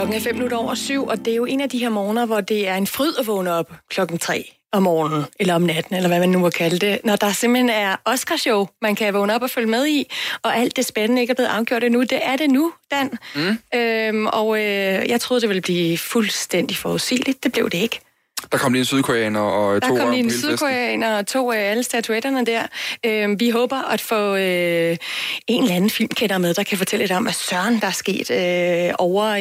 Klokken er 7:05, og det er jo en af de her morgener, hvor det er en fryd at vågne op 3:00 om morgenen, eller om natten, eller hvad man nu må kalde det, når der simpelthen er Oscarshow, man kan vågne op og følge med i, og alt det spændende ikke er blevet afgjort endnu. Det er det nu, Dan. Jeg troede, det ville blive fuldstændig forudsigeligt. Det blev det ikke. Der kom lige en sydkoreaner og to alle statuetterne der. Vi håber at få en eller anden filmkender med, der kan fortælle lidt om, hvad søren der er sket over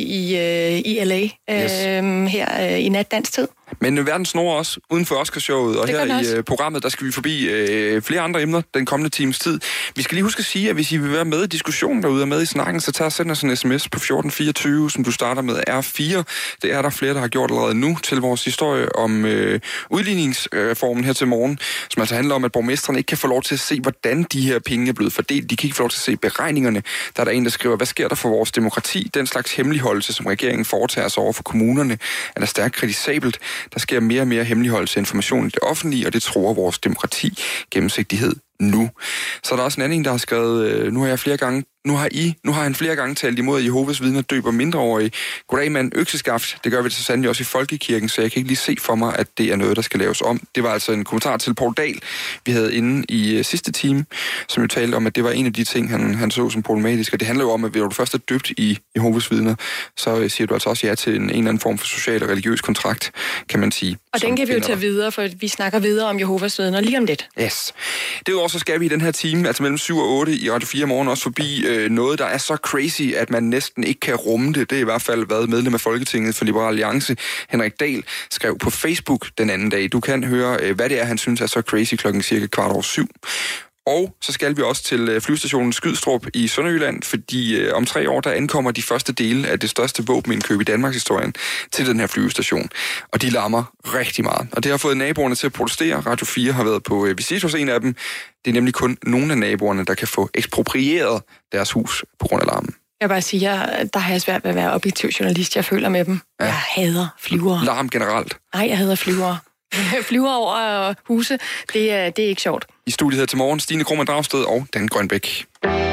i LA her i natdanstid. Men verden snor også uden for Oscarshowet, og her i programmet, der skal vi forbi flere andre emner den kommende times tid. Vi skal lige huske at sige, at hvis I vil være med i diskussionen derude og med i snakken, så send os en sms på 1424, som du starter med R4. Det er der flere, der har gjort allerede nu til vores historie om udligningsreformen her til morgen, som altså handler om, at borgmestrene ikke kan få lov til at se, hvordan de her penge er blevet fordelt. De kan ikke få lov til at se beregningerne. Der er der en, der skriver, hvad sker der for vores demokrati? Den slags hemmeligholdelse, som regeringen foretager sig over for kommunerne, er der stærkt kritisabelt. Der sker mere og mere hemmeligholdelse af information i det offentlige, og det truer vores demokrati, gennemsigtighed nu. Så er der også en anden, der har skrevet, nu har han flere gange talt imod, at Jehovas vidner døber mindreårige. Goddag mand, økseskaft. Det gør vi så sandelig også i Folkekirken, så jeg kan ikke lige se for mig, at det er noget, der skal laves om. Det var altså en kommentar til Poul Dahl, vi havde inde i sidste time, som jo talte om, at det var en af de ting, han så som problematisk. Og det handler jo om, at når du først er døbt i Jehovas vidner, så siger du altså også ja til en eller anden form for social og religiøs kontrakt, kan man sige. Og den kan vi jo tage videre, for vi snakker videre om Jehovas vidner lige om lidt. Yes. Derudover så skal vi i den her time, altså mellem 7 og 8 i Radio 4 morgen, også forbi noget, der er så crazy, at man næsten ikke kan rumme det. Det er i hvert fald, hvad medlem af Folketinget for Liberal Alliance, Henrik Dahl, skrev på Facebook den anden dag. Du kan høre, hvad det er, han synes er så crazy klokken cirka 7:15. Og så skal vi også til flyvestationen Skydstrup i Sønderjylland, fordi om 3 år, der ankommer de første dele af det største våbenindkøb i Danmarks historien til den her flyvestation. Og de larmer rigtig meget. Og det har fået naboerne til at protestere. Radio 4 har været på visit hos en af dem. Det er nemlig kun nogle af naboerne, der kan få eksproprieret deres hus på grund af larmen. Jeg vil bare sige, der har jeg svært ved at være objektiv journalist. Jeg føler med dem. Ja. Jeg hader flyvere. Larm generelt. Nej, jeg hader flyvere. Flyver over huse, det er ikke sjovt. I studiet her til morgen, Stine Krohmann Dragsted og Dan Grønbæk.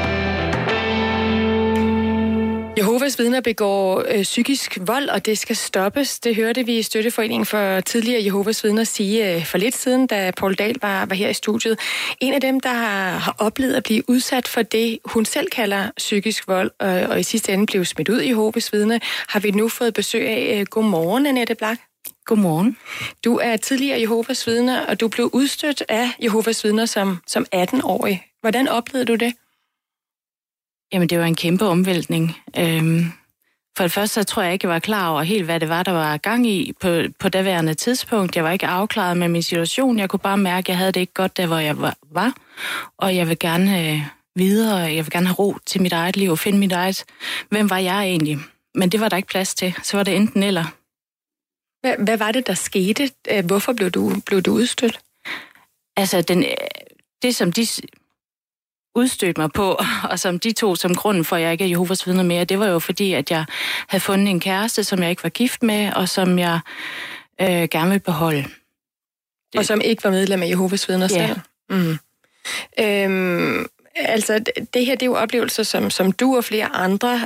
Jehovas vidner begår psykisk vold, og det skal stoppes. Det hørte vi i Støtteforeningen for tidligere Jehovas vidner sige for lidt siden, da Poul Dahl var her i studiet. En af dem, der har oplevet at blive udsat for det, hun selv kalder psykisk vold, og i sidste ende blev smidt ud i Jehovas vidner, har vi nu fået besøg af. Godmorgen, Annette Blak. Godmorgen. Du er tidligere Jehovas vidner, og du blev udstødt af Jehovas vidner som 18-årig. Hvordan oplevede du det? Jamen, det var en kæmpe omvæltning. For det første, så tror jeg ikke, jeg var klar over helt, hvad det var, der var gang i på daværende tidspunkt. Jeg var ikke afklaret med min situation. Jeg kunne bare mærke, at jeg havde det ikke godt, der hvor jeg var. Og jeg vil gerne videre, jeg vil gerne have ro til mit eget liv og finde mit eget. Hvem var jeg egentlig? Men det var der ikke plads til. Så var det enten eller. Hvad var det, der skete? Hvorfor blev du udstødt? Altså, det som de udstødte mig på, og som de tog som grunden for, at jeg ikke er Jehovas vidner mere, det var jo fordi, at jeg havde fundet en kæreste, som jeg ikke var gift med, og som jeg gerne vil beholde. Og som ikke var medlem af Jehovas vidner selv? Altså, det her, det er jo oplevelser, som du og flere andre,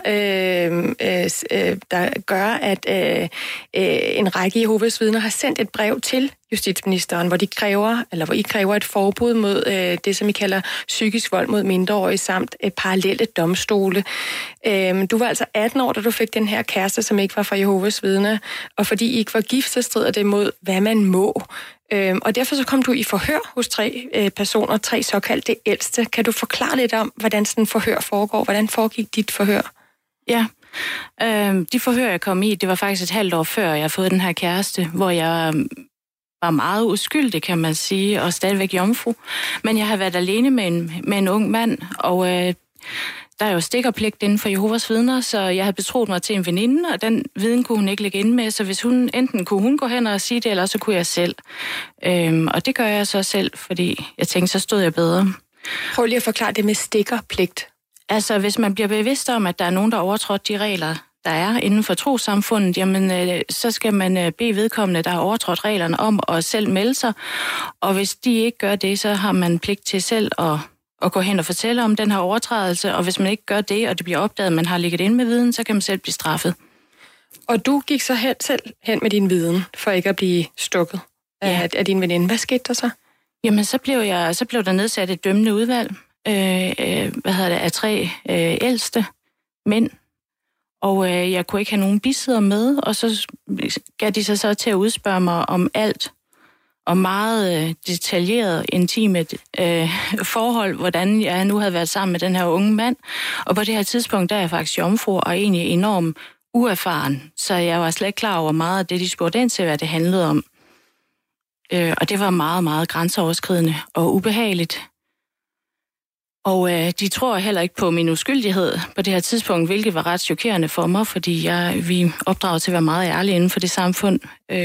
der gør, at en række Jehovas vidner har sendt et brev til justitsministeren, hvor I kræver et forbud mod det, som I kalder psykisk vold mod mindreårige, samt parallelle domstole. Du var altså 18 år, da du fik den her kæreste, som ikke var fra Jehovas vidner, og fordi I ikke var gift, så strider det mod, hvad man må. Og derfor så kom du i forhør hos 3 personer, 3 såkaldte ældste. Kan du forklare lidt om, hvordan sådan en forhør foregår? Hvordan foregik dit forhør? Ja, de forhør, jeg kom i, det var faktisk et halvt år før, jeg havde fået den her kæreste, hvor jeg var meget uskyldig, kan man sige, og stadigvæk jomfru. Men jeg har været alene med en ung mand, og der er jo stikkerpligt inden for Jehovas vidner, så jeg havde betroet mig til en veninde, og den viden kunne hun ikke lægge inde med, så hvis hun enten kunne hun gå hen og sige det, eller så kunne jeg selv. Og det gør jeg så selv, fordi jeg tænkte, så stod jeg bedre. Prøv lige at forklare det med stikkerpligt. Altså, hvis man bliver bevidst om, at der er nogen, der har overtrådt de regler, der er inden for trossamfundet, jamen, så skal man bede vedkommende, der har overtrådt reglerne om at selv melde sig. Og hvis de ikke gør det, så har man pligt til selv at gå hen og fortælle om den her overtrædelse. Og hvis man ikke gør det, og det bliver opdaget, at man har ligget inde med viden, så kan man selv blive straffet. Og du gik så selv hen med din viden, for ikke at blive stukket af din veninde. Hvad skete der så? Jamen, så blev der nedsat et dømmende udvalg, af 3 ældste mænd. Og jeg kunne ikke have nogen bisidder med, og så gav de sig så til at udspørge mig om alt, og meget detaljeret, intime forhold, hvordan jeg nu havde været sammen med den her unge mand. Og på det her tidspunkt, der er jeg faktisk jomfru, og egentlig enormt uerfaren, så jeg var slet ikke klar over meget af det, de spurgte ind til, hvad det handlede om. Og det var meget, meget grænseoverskridende og ubehageligt. Og de tror heller ikke på min uskyldighed på det her tidspunkt, hvilket var ret chokerende for mig, fordi vi opdrager til at være meget ærlige inden for det samfund.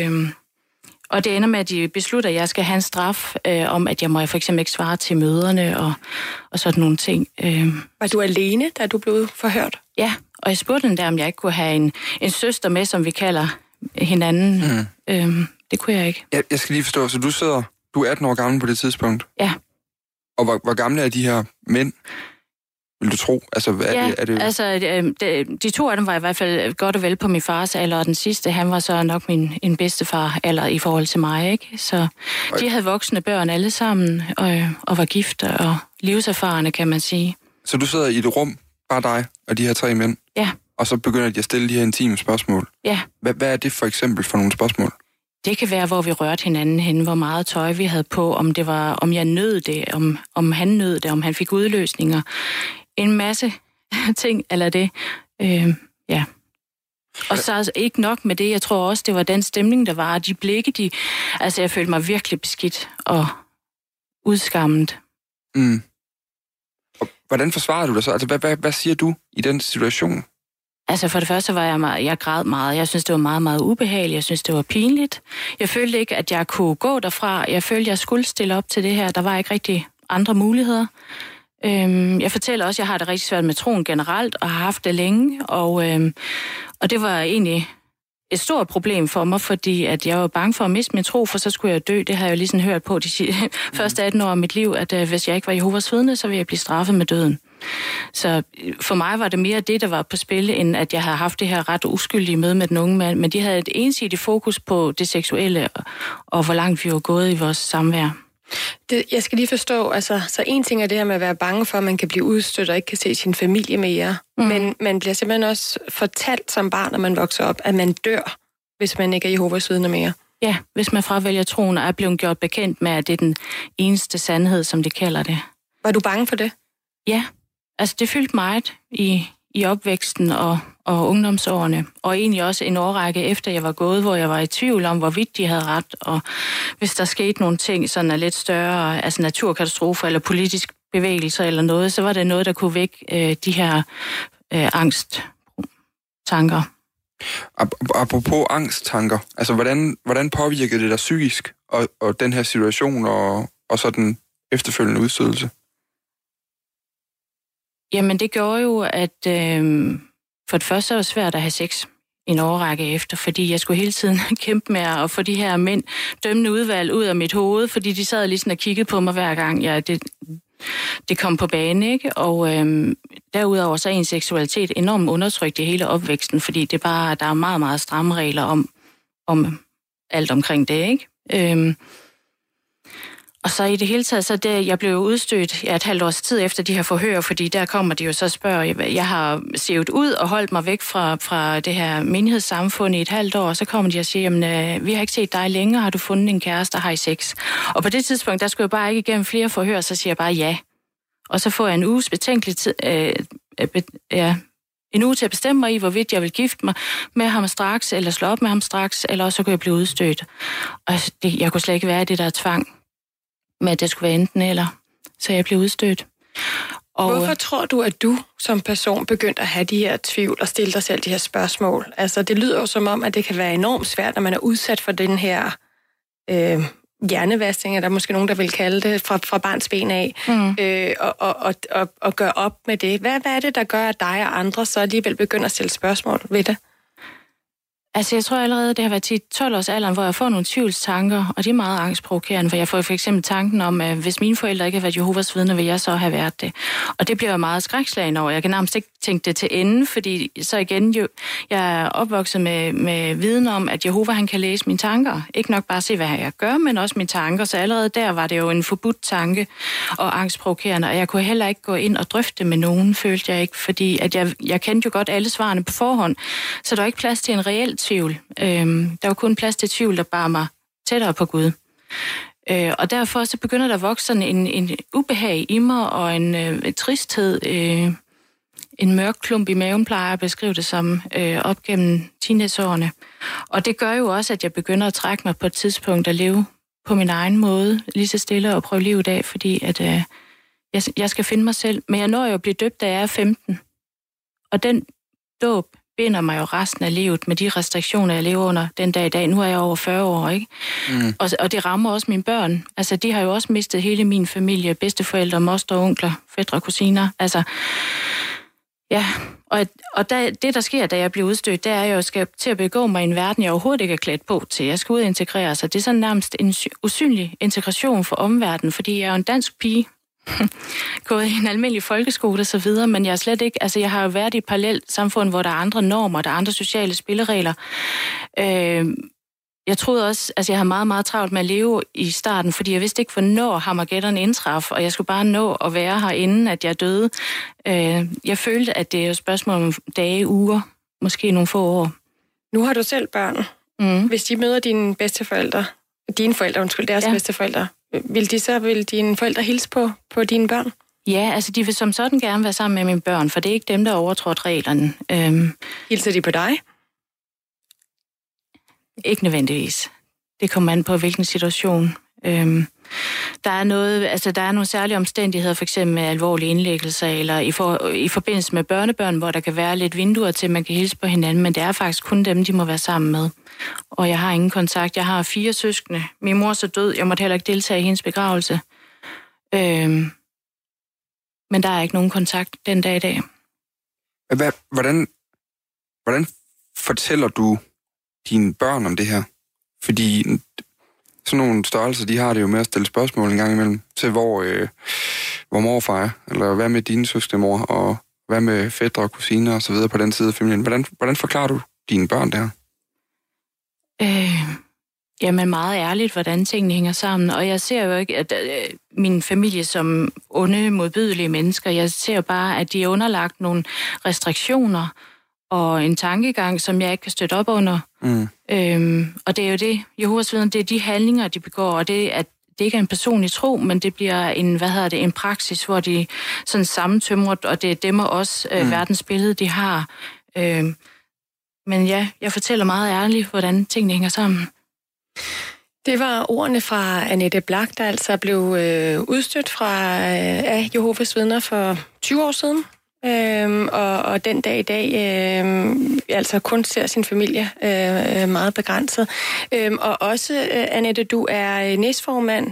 Og det ender med, at de beslutter, at jeg skal have en straf om, at jeg må for eksempel ikke svare til møderne og sådan nogle ting. Var du alene, da du blev forhørt? Ja, og jeg spurgte den der, om jeg ikke kunne have en søster med, som vi kalder hinanden. Det kunne jeg ikke. Jeg skal lige forstå, så du er 18 år gammel på det tidspunkt? Ja. Og hvor gamle er de her mænd, vil du tro? Altså, er det? Altså, de 2 af dem var i hvert fald godt og vel på min fars alder, og den sidste, han var så nok min bedstefar alder i forhold til mig, ikke? Så de havde voksne børn alle sammen, og var gift og livserfarne, kan man sige. Så du sidder i et rum, bare dig og de her 3 mænd? Ja. Og så begynder de at stille de her intime spørgsmål? Ja. Hvad er det for eksempel for nogle spørgsmål? Det kan være, hvor vi rørte hinanden hen, hvor meget tøj vi havde på, om jeg nød det, om han nød det, om han fik udløsninger. En masse ting, eller det. Ja. Og så altså ikke nok med det. Jeg tror også, det var den stemning, der var. De blikke, altså jeg følte mig virkelig beskidt og udskammet. Mm. Og hvordan forsvarer du dig så? Altså, hvad siger du i den situation? Altså for det første var jeg græd meget. Jeg synes, det var meget, meget ubehageligt. Jeg synes, det var pinligt. Jeg følte ikke, at jeg kunne gå derfra. Jeg følte, jeg skulle stille op til det her. Der var ikke rigtig andre muligheder. Jeg fortæller også, at jeg har det rigtig svært med troen generelt, og har haft det længe. Og det var egentlig et stort problem for mig, fordi at jeg var bange for at miste min tro, for så skulle jeg dø. Det har jeg jo lige sådan hørt på de første 18 år af mit liv, at hvis jeg ikke var Jehovas vidne, så ville jeg blive straffet med døden. Så for mig var det mere det, der var på spil, end at jeg havde haft det her ret uskyldige møde med den unge mand. Men de havde et ensidigt fokus på det seksuelle, og hvor langt vi var gået i vores samvær. Jeg skal lige forstå, altså, så en ting er det her med at være bange for, at man kan blive udstødt og ikke kan se sin familie mere. Men man bliver simpelthen også fortalt som barn, når man vokser op, at man dør, hvis man ikke er Jehovas vidne mere. Ja, hvis man fravælger troen og er blevet gjort bekendt med, at det er den eneste sandhed, som de kalder det. Var du bange for det? Ja, altså det fyldte meget i opvæksten og ungdomsårene, og egentlig også en årrække efter jeg var gået, hvor jeg var i tvivl om, hvorvidt de havde ret, og hvis der skete nogle ting, sådan er lidt større, altså naturkatastrofer eller politisk bevægelser eller noget, så var det noget, der kunne vække de her angsttanker. Apropos angsttanker, altså hvordan påvirkede det dig psykisk, og den her situation, og så den efterfølgende udstødelse? Jamen det gjorde jo, at for det første var det svært at have sex en årrække efter, fordi jeg skulle hele tiden kæmpe med at få de her mænd dømmende udvalg ud af mit hoved, fordi de sad lige sådan og kiggede på mig hver gang det kom på banen, ikke? Og derudover så er en seksualitet enormt undertrykt i hele opvæksten, fordi der er meget, meget stramme regler om alt omkring det, ikke? Og så i det hele taget, så jeg blev udstødt et halvt års tid efter de her forhør, fordi der kommer de jo så og spørger, jeg har sevet ud og holdt mig væk fra det her menighedssamfund i et halvt år, og så kommer de og siger, jamen, vi har ikke set dig længere, har du fundet en kæreste, og har I sex? Og på det tidspunkt, der skulle jeg bare ikke igennem flere forhør, så siger jeg bare ja. Og så får jeg en uges betænkelig tid, en uge til at bestemme mig i, hvorvidt jeg vil gifte mig med ham straks, eller slå op med ham straks, eller også så kunne jeg blive udstødt. Og jeg kunne slet ikke være det der tvang med, at det skulle være enten eller. Så jeg blev udstødt. Og hvorfor tror du, at du som person begyndte at have de her tvivl og stille dig selv de her spørgsmål? Altså, det lyder jo som om, at det kan være enormt svært, når man er udsat for den her hjernevaskning, eller der er måske nogen, der vil kalde det, fra barns ben af, og gøre op med det. Hvad er det, der gør, at dig og andre så alligevel begynder at stille spørgsmål ved det? Altså, jeg tror allerede, det har været 10-12 års alderen, hvor jeg får nogle tvivlstanker, og det er meget angstprovokerende, for jeg får for eksempel tanken om, at hvis mine forældre ikke har været Jehovas vidner, vil jeg så have været det. Og det bliver jeg meget skrækslagen over. Jeg kan nærmest ikke tænke det til ende, fordi så igen, jeg er opvokset med viden om, at Jehova, han kan læse mine tanker. Ikke nok bare se, hvad jeg gør, men også mine tanker. Så allerede der var det jo en forbudt tanke og angstprovokerende, og jeg kunne heller ikke gå ind og drøfte med nogen, følte jeg ikke, fordi at jeg kendte jo godt alle svarene på forhånd, så der var ikke plads til en reel tvivl. Der var kun plads til tvivl, der bar mig tættere på Gud. Og derfor så begynder der at vokse sådan en ubehag i mig, og en tristhed, en mørk klump i maven, plejer at beskrive det som, op gennem teenageårene. Og det gør jo også, at jeg begynder at trække mig på et tidspunkt at leve på min egen måde, lige så stille og prøve livet af, fordi at jeg skal finde mig selv. Men jeg når jo at blive døbt, da jeg er 15. Og den dåb binder mig jo resten af livet med de restriktioner, jeg lever under den dag i dag. Nu er jeg over 40 år, ikke? Mm. Og det rammer også mine børn. Altså, de har jo også mistet hele min familie, bedsteforældre, moster, onkler, fætre og kusiner. Altså, ja. Og det, der sker, da jeg bliver udstødt, det er, at jeg skal til at begå mig i en verden, jeg overhovedet ikke er klædt på til. Jeg skal ud og integrere sig. Det er sådan nærmest en usynlig integration for omverdenen, fordi jeg er jo en dansk pige, gået i en almindelig folkeskole og så videre, men jeg er slet ikke, altså jeg har jo været i et parallelt samfund, hvor der er andre normer, der er andre sociale spilleregler. Jeg troede også, altså jeg havde meget, meget travlt med at leve i starten, fordi jeg vidste ikke, hvornår Harmageddon indtraf, og jeg skulle bare nå at være her, inden at jeg døde. Jeg følte, at det er et spørgsmål om dage, uger, måske nogle få år. Nu har du selv børn. Hvis de møder dine bedsteforældre, deres bedsteforældre, vil dine forældre hilse på dine børn? Ja, altså de vil som sådan gerne være sammen med mine børn, for det er ikke dem, der har overtrådt reglerne. Hilser de på dig? Ikke nødvendigvis. Det kommer an på, hvilken situation. Der er nogle særlige omstændigheder, for eksempel med alvorlige indlæggelser, eller i forbindelse med børnebørn, hvor der kan være lidt vinduer til, at man kan hilse på hinanden, men det er faktisk kun dem, de må være sammen med. Og jeg har ingen kontakt. Jeg har 4 søskende. Min mor er så død. Jeg måtte heller ikke deltage i hendes begravelse. Men der er ikke nogen kontakt den dag i dag. Hvordan fortæller du dine børn om det her? Fordi sådan nogle størrelser, de har det jo med at stille spørgsmål en gang imellem til, hvor morfar er, eller hvad med dine søskendemor, og hvad med fætre og kusiner og så videre på den side af familien. Hvordan forklarer du dine børn det her? Jamen meget ærligt, hvordan tingene hænger sammen. Og jeg ser jo ikke, at min familie som onde, modbydelige mennesker, jeg ser bare, at de er underlagt nogle restriktioner og en tankegang, som jeg ikke kan støtte op under. Og det er jo det, Jehovas vidner, det er de handlinger, de begår, og det at det ikke er en personlig tro, men det bliver en praksis, hvor de sådan sammentømrer, og det dæmmer også verdensbillede, de har. Men ja, jeg fortæller meget ærligt, hvordan tingene hænger sammen. Det var ordene fra Annette Blak, der altså blev udstødt af Jehovas vidner for 20 år siden. Og den dag i dag altså kun ser sin familie meget begrænset. Og også, Annette, du er næstformand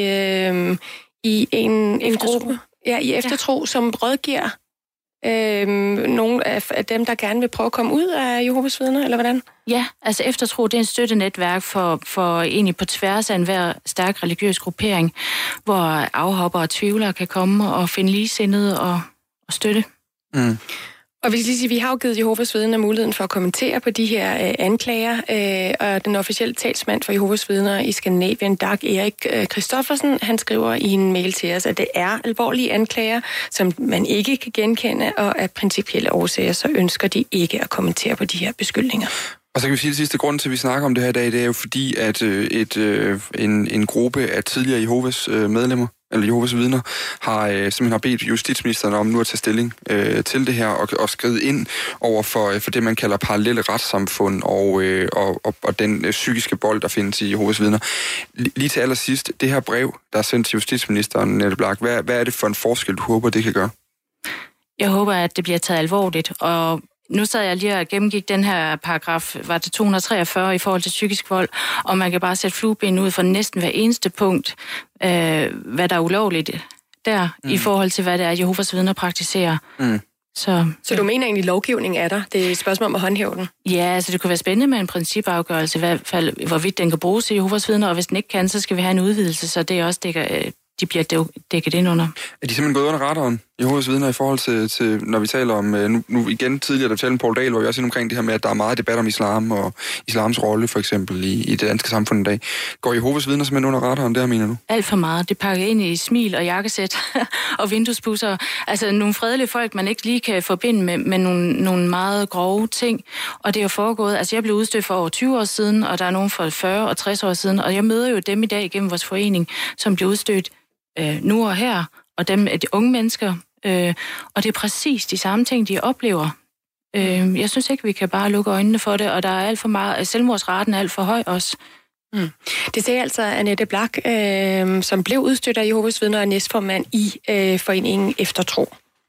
i en gruppe, i Eftertro, som rådgiver nogle af dem, der gerne vil prøve at komme ud af Jehovas vidner, eller hvordan? Ja, altså Eftertro, det er en støttenetværk for egentlig på tværs af enhver stærk religiøs gruppering, hvor afhopper og tvivlere kan komme og finde ligesindede og støtte. Og vi skal lige sige, vi har jo givet Jehovas vidner muligheden for at kommentere på de her anklager, og den officielle talsmand for Jehovas vidner i Skandinavien, Dag Erik Christoffersen, han skriver i en mail til os, at det er alvorlige anklager, som man ikke kan genkende, og af principielle årsager, så ønsker de ikke at kommentere på de her beskyldninger. Og så kan vi sige, at det sidste grund til, at vi snakker om det her i dag, det er jo fordi, at en gruppe af tidligere Jehovas medlemmer, eller Jehovas vidner, simpelthen har bedt justitsministeren om nu at tage stilling til det her og skride ind over for det, man kalder parallelle retssamfund og den psykiske vold, der findes i Jehovas vidner. Lige til allersidst, det her brev, der er sendt til justitsministeren, Annette Blak, hvad er det for en forskel, du håber, det kan gøre? Jeg håber, at det bliver taget alvorligt, og nu sad jeg lige og gennemgik den her paragraf, var det 243 i forhold til psykisk vold, og man kan bare sætte flueben ud for næsten hver eneste punkt, hvad der er ulovligt der, i forhold til, hvad det er, Jehovas vidner praktiserer. Så du mener egentlig, at lovgivningen er der? Det er et spørgsmål om at håndhæve den? Ja, altså det kunne være spændende med en principafgørelse, i hvert fald hvorvidt den kan bruges i Jehovas vidner, og hvis den ikke kan, så skal vi have en udvidelse, så det også de bliver dækket ind under. Er de simpelthen gået under radaren, Jehovas vidner, i forhold til når vi taler om, nu igen tidligere, der talte om Poul Dahl, hvor vi også omkring det her med, at der er meget debat om islam og islams rolle, for eksempel, i det danske samfund i dag. Går Jehovas vidner simpelthen under radaren, der mener du? Alt for meget. Det pakker ind i smil og jakkesæt og vinduespusser. Altså nogle fredelige folk, man ikke lige kan forbinde med nogle meget grove ting. Og det er jo foregået. Altså jeg blev udstødt for over 20 år siden, og der er nogen for 40 og 60 år siden, og jeg møder jo dem i dag gennem vores forening, som bliver udstødt nu og her, og dem er de unge mennesker, og det er præcis de samme ting, de oplever. Jeg synes ikke, vi kan bare lukke øjnene for det, og der er alt for meget, selvmordsraten er alt for høj også. Mm. Det sagde altså Annette Blak, som blev udstødt af Jehovas vidner og næstformand i foreningen Eftertro.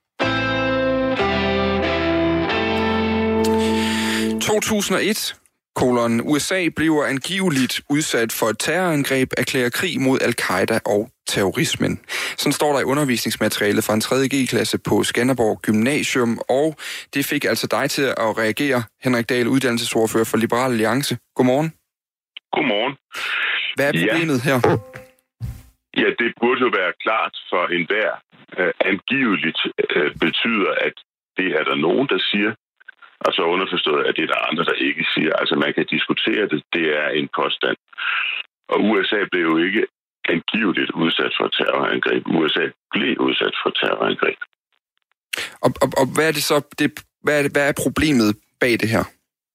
2001 USA bliver angiveligt udsat for et terrorangreb, erklærer krig mod al-Qaida og terrorismen. Sådan står der i undervisningsmaterialet fra en 3.G-klasse på Skanderborg Gymnasium, og det fik altså dig til at reagere, Henrik Dahl, uddannelsesordfører for Liberal Alliance. Godmorgen. Godmorgen. Hvad er problemet her? Ja, det burde jo være klart for enhver. Angiveligt betyder, at det er der nogen, der siger, og så underforstået, at det er der andre, der ikke siger. Altså man kan diskutere det, det er en påstand. Og USA blev jo ikke angiveligt udsat for terrorangreb. USA blev udsat for terrorangreb. Og hvad er det så, hvad er problemet bag det her?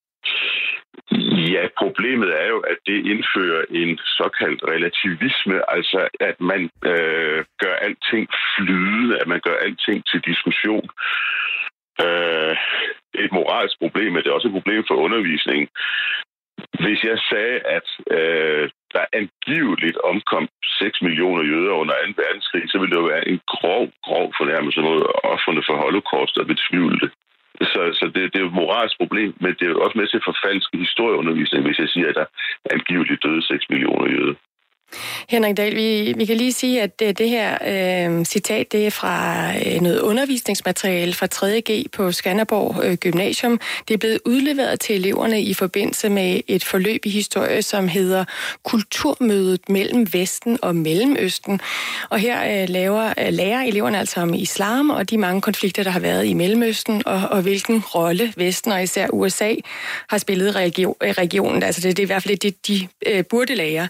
Ja, problemet er jo, at det indfører en såkaldt relativisme, altså at man gør alting flydende, at man gør alting til diskussion. Et moralsk problem, men det er også et problem for undervisningen. Hvis jeg sagde, at der angiveligt omkom 6 millioner jøder under 2. verdenskrig, så ville det jo være en grov fornærmelse mod ofrene for Holocaust og betvivle det. Så det er jo et moralsk problem, men det er jo også med til at forfalske historieundervisning, hvis jeg siger, at der angiveligt døde 6 millioner jøder. Henrik Dahl, vi kan lige sige, at det her citat, det er fra noget undervisningsmateriale fra 3.G på Skanderborg Gymnasium. Det er blevet udleveret til eleverne i forbindelse med et forløb i historie, som hedder Kulturmødet mellem Vesten og Mellemøsten. Og her lærer eleverne altså om islam og de mange konflikter, der har været i Mellemøsten, og hvilken rolle Vesten og især USA har spillet i regionen. Altså det er i hvert fald det, de burde lære.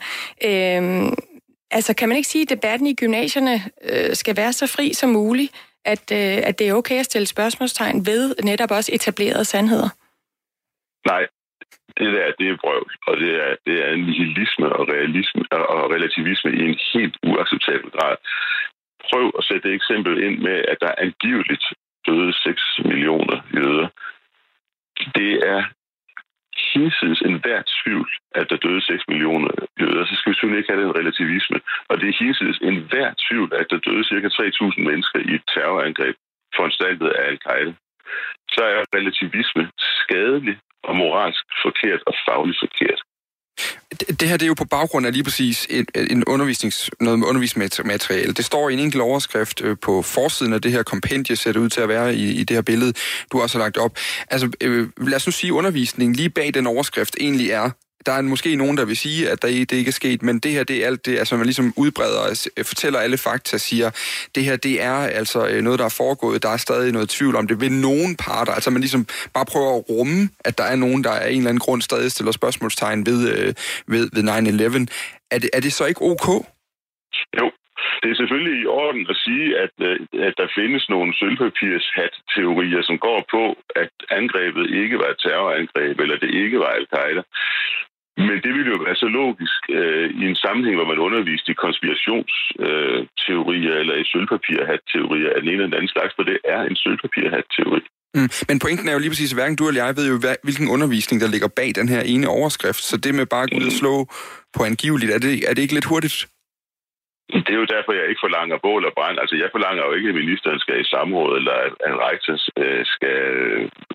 Altså kan man ikke sige, at debatten i gymnasierne skal være så fri som muligt, at det er okay at stille spørgsmålstegn ved netop også etablerede sandheder? Nej, det er vrøvl, og det er en nihilisme og realisme og relativisme i en helt uacceptabel grad. Prøv at sætte et eksempel ind med, at der angiveligt døde 6 millioner jøder. Det er hinsides enhver tvivl, at der døde 6 millioner jøder, så skal vi selvfølgelig ikke have den relativisme. Og det er hinsides enhver tvivl, at der døde ca. 3.000 mennesker i et terrorangreb foranstaltet af al-Qaida. Så er relativisme skadelig og moralsk forkert og fagligt forkert. Det her det er jo på baggrund af lige præcis noget med undervisningsmateriale. Det står i en enkelt overskrift på forsiden af det her kompendie, ser det ud til at være i det her billede, du også har lagt op. Altså, lad os nu sige, at undervisningen lige bag den overskrift egentlig er, der er måske nogen, der vil sige, at det ikke er sket, men det her, det er alt det, altså man ligesom udbreder, fortæller alle fakta, siger, det her, det er altså noget, der er foregået, der er stadig noget tvivl om det ved nogen parter, altså man ligesom bare prøver at rumme, at der er nogen, der af en eller anden grund stadig stiller spørgsmålstegn ved 9/11. Er det så ikke ok? Jo. Det er selvfølgelig i orden at sige, at der findes nogle sølvpapirshat-teorier, som går på, at angrebet ikke var et terrorangreb, eller det ikke var al-Qaida. Men det ville jo være så logisk i en sammenhæng, hvor man underviste i konspirationsteorier eller i sølvpapirhat-teorier af den ene eller den anden slags, for det er en sølvpapirhat-teori. Men pointen er jo lige præcis, hverken du eller jeg ved jo, hvilken undervisning, der ligger bag den her ene overskrift. Så det med bare at gå ud og slå på angiveligt, er det ikke lidt hurtigt? Det er jo derfor, jeg ikke forlanger bål og brand. Altså, jeg forlanger jo ikke, at ministeren skal i samråd, eller at rektor skal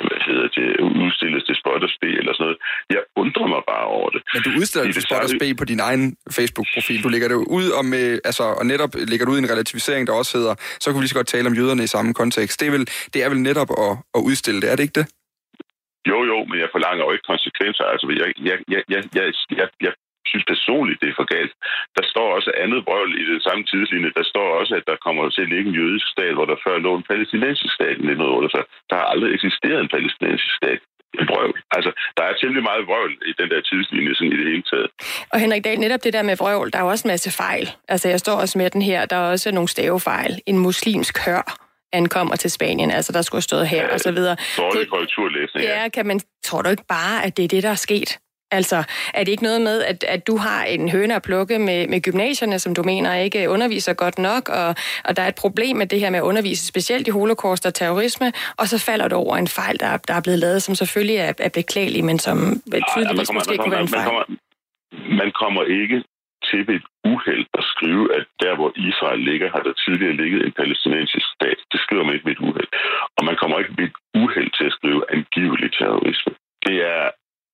udstilles til spot og spe eller sådan noget. Jeg undrer mig bare over det. Men du udstiller det til spot og spe på din egen Facebook-profil. Du lægger det ud om, og netop lægger det ud i en relativisering, der også hedder, så kunne vi lige så godt tale om jøderne i samme kontekst. Det er vel netop at udstille det, er det ikke det? Jo, men jeg forlanger jo ikke konsekvenser. Altså, jeg synes personligt, det er for galt. Der står også andet vrøvl i den samme tidslinje. Der står også, at der kommer til at ligge en jødisk stat, hvor der før lå en palæstinensisk stat i 1948. Der har aldrig eksisteret en palæstinensisk stat. En vrøvl. Altså, der er temmelig meget vrøvl i den der tidslinje, sådan i det hele taget. Og Henrik Dahl, netop det der med vrøvl, der er også en masse fejl. Altså, jeg står også med den her, der er også nogle stavefejl. En muslimsk hør ankommer til Spanien, altså der skulle have stået her, og så videre. Dårlig korrekturlæsning, ja. Tror du ikke bare, at det er det, der er sket? Altså, er det ikke noget med, at du har en høne at plukke med gymnasierne, som du mener ikke underviser godt nok, og der er et problem med det her med at undervise, specielt i holocaust og terrorisme, og så falder du over en fejl, der er blevet lavet, som selvfølgelig er beklagelig, men som tydeligvis måske kunne være en fejl. Man kommer ikke til ved et uheld at skrive, at der, hvor Israel ligger, har der tidligere ligget en palæstinensisk stat. Det skriver man ikke ved et uheld. Og man kommer ikke ved et uheld til at skrive angivelig terrorisme. Det er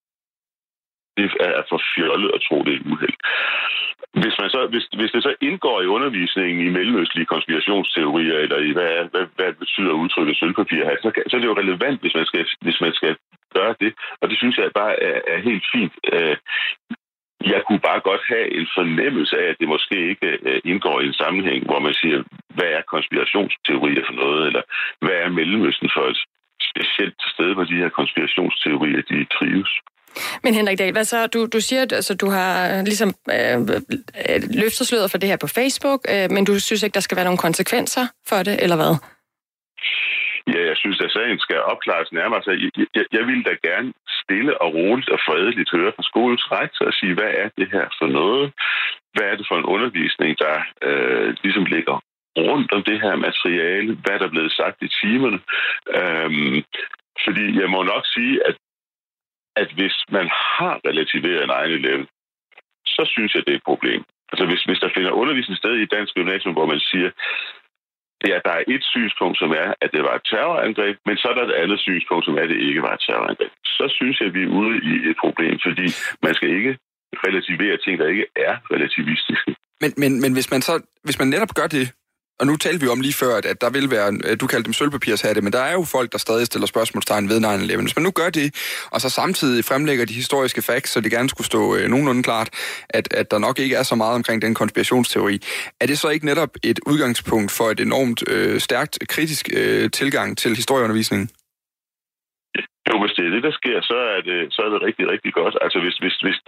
for fjollet at tro, det er et uheld. Hvis det så indgår i undervisningen i mellemøstlige konspirationsteorier, eller i hvad betyder udtrykket sølvpapir her, så er det jo relevant, hvis man skal gøre det. Og det synes jeg bare er helt fint. Jeg kunne bare godt have en fornemmelse af, at det måske ikke indgår i en sammenhæng, hvor man siger, hvad er konspirationsteorier for noget, eller hvad er Mellemøsten for et specielt sted, hvor de her konspirationsteorier, de trives. Men Henrik Dahl, hvad så? Du siger, at altså, du har ligesom løftet sløret for det her på Facebook, men du synes ikke, der skal være nogle konsekvenser for det, eller hvad? Ja, jeg synes, at sagen skal opklares nærmere. Så jeg vil da gerne stille og roligt og fredeligt høre fra skolens rektor og sige, hvad er det her for noget? Hvad er det for en undervisning, der ligesom ligger rundt om det her materiale? Hvad er der blevet sagt i timerne? Fordi jeg må nok sige, at hvis man har relativeret en egen elev, så synes jeg, det er et problem. Altså hvis der finder undervisning sted i et dansk gymnasium, hvor man siger, at der er et synspunkt, som er, at det var et terrorangreb, men så er der et andet synspunkt, som er, at det ikke var et terrorangreb. Så synes jeg, at vi er ude i et problem, fordi man skal ikke relativere ting, der ikke er relativistiske. Men hvis man netop gør det, og nu talte vi om lige før, at der vil være, du kaldte dem sølvpapirshatte, men der er jo folk, der stadig stiller spørgsmålstegn ved 9/11. Hvis man nu gør det, og så samtidig fremlægger de historiske facts, så det gerne skulle stå nogenlunde klart, at der nok ikke er så meget omkring den konspirationsteori, er det så ikke netop et udgangspunkt for et enormt stærkt kritisk tilgang til historieundervisningen? Jo, hvis det er det, der sker, så er det rigtig, rigtig godt. Altså hvis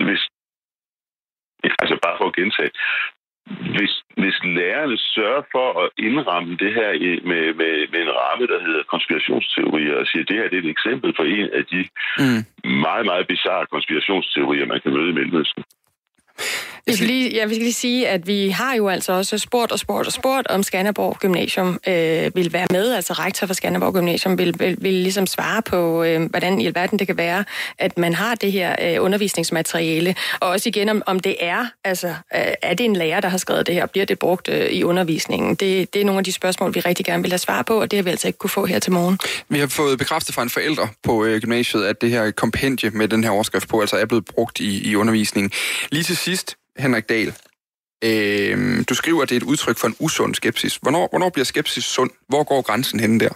altså bare for at gentage, hvis lærerne sørger for at indramme det her med en ramme, der hedder konspirationsteorier, og siger, at det her det er et eksempel på en af de meget, meget bizarre konspirationsteorier, man kan møde i Mellemøsten. Vi skal lige sige, at vi har jo altså også spurgt om Skanderborg Gymnasium vil være med, altså rektor for Skanderborg Gymnasium vil ligesom svare på, hvordan i alverden det kan være, at man har det her undervisningsmateriale, og også igen om det er, altså er det en lærer, der har skrevet det her, bliver det brugt i undervisningen? Det er nogle af de spørgsmål, vi rigtig gerne vil have svar på, og det har vi altså ikke kunne få her til morgen. Vi har fået bekræftet fra en forælder på gymnasiet, at det her kompendie med den her overskrift på, altså er blevet brugt i undervisningen. Lige til sidst, Henrik Dahl, du skriver, at det er et udtryk for en usund skepsis. Hvornår bliver skepsis sund? Hvor går grænsen henne der?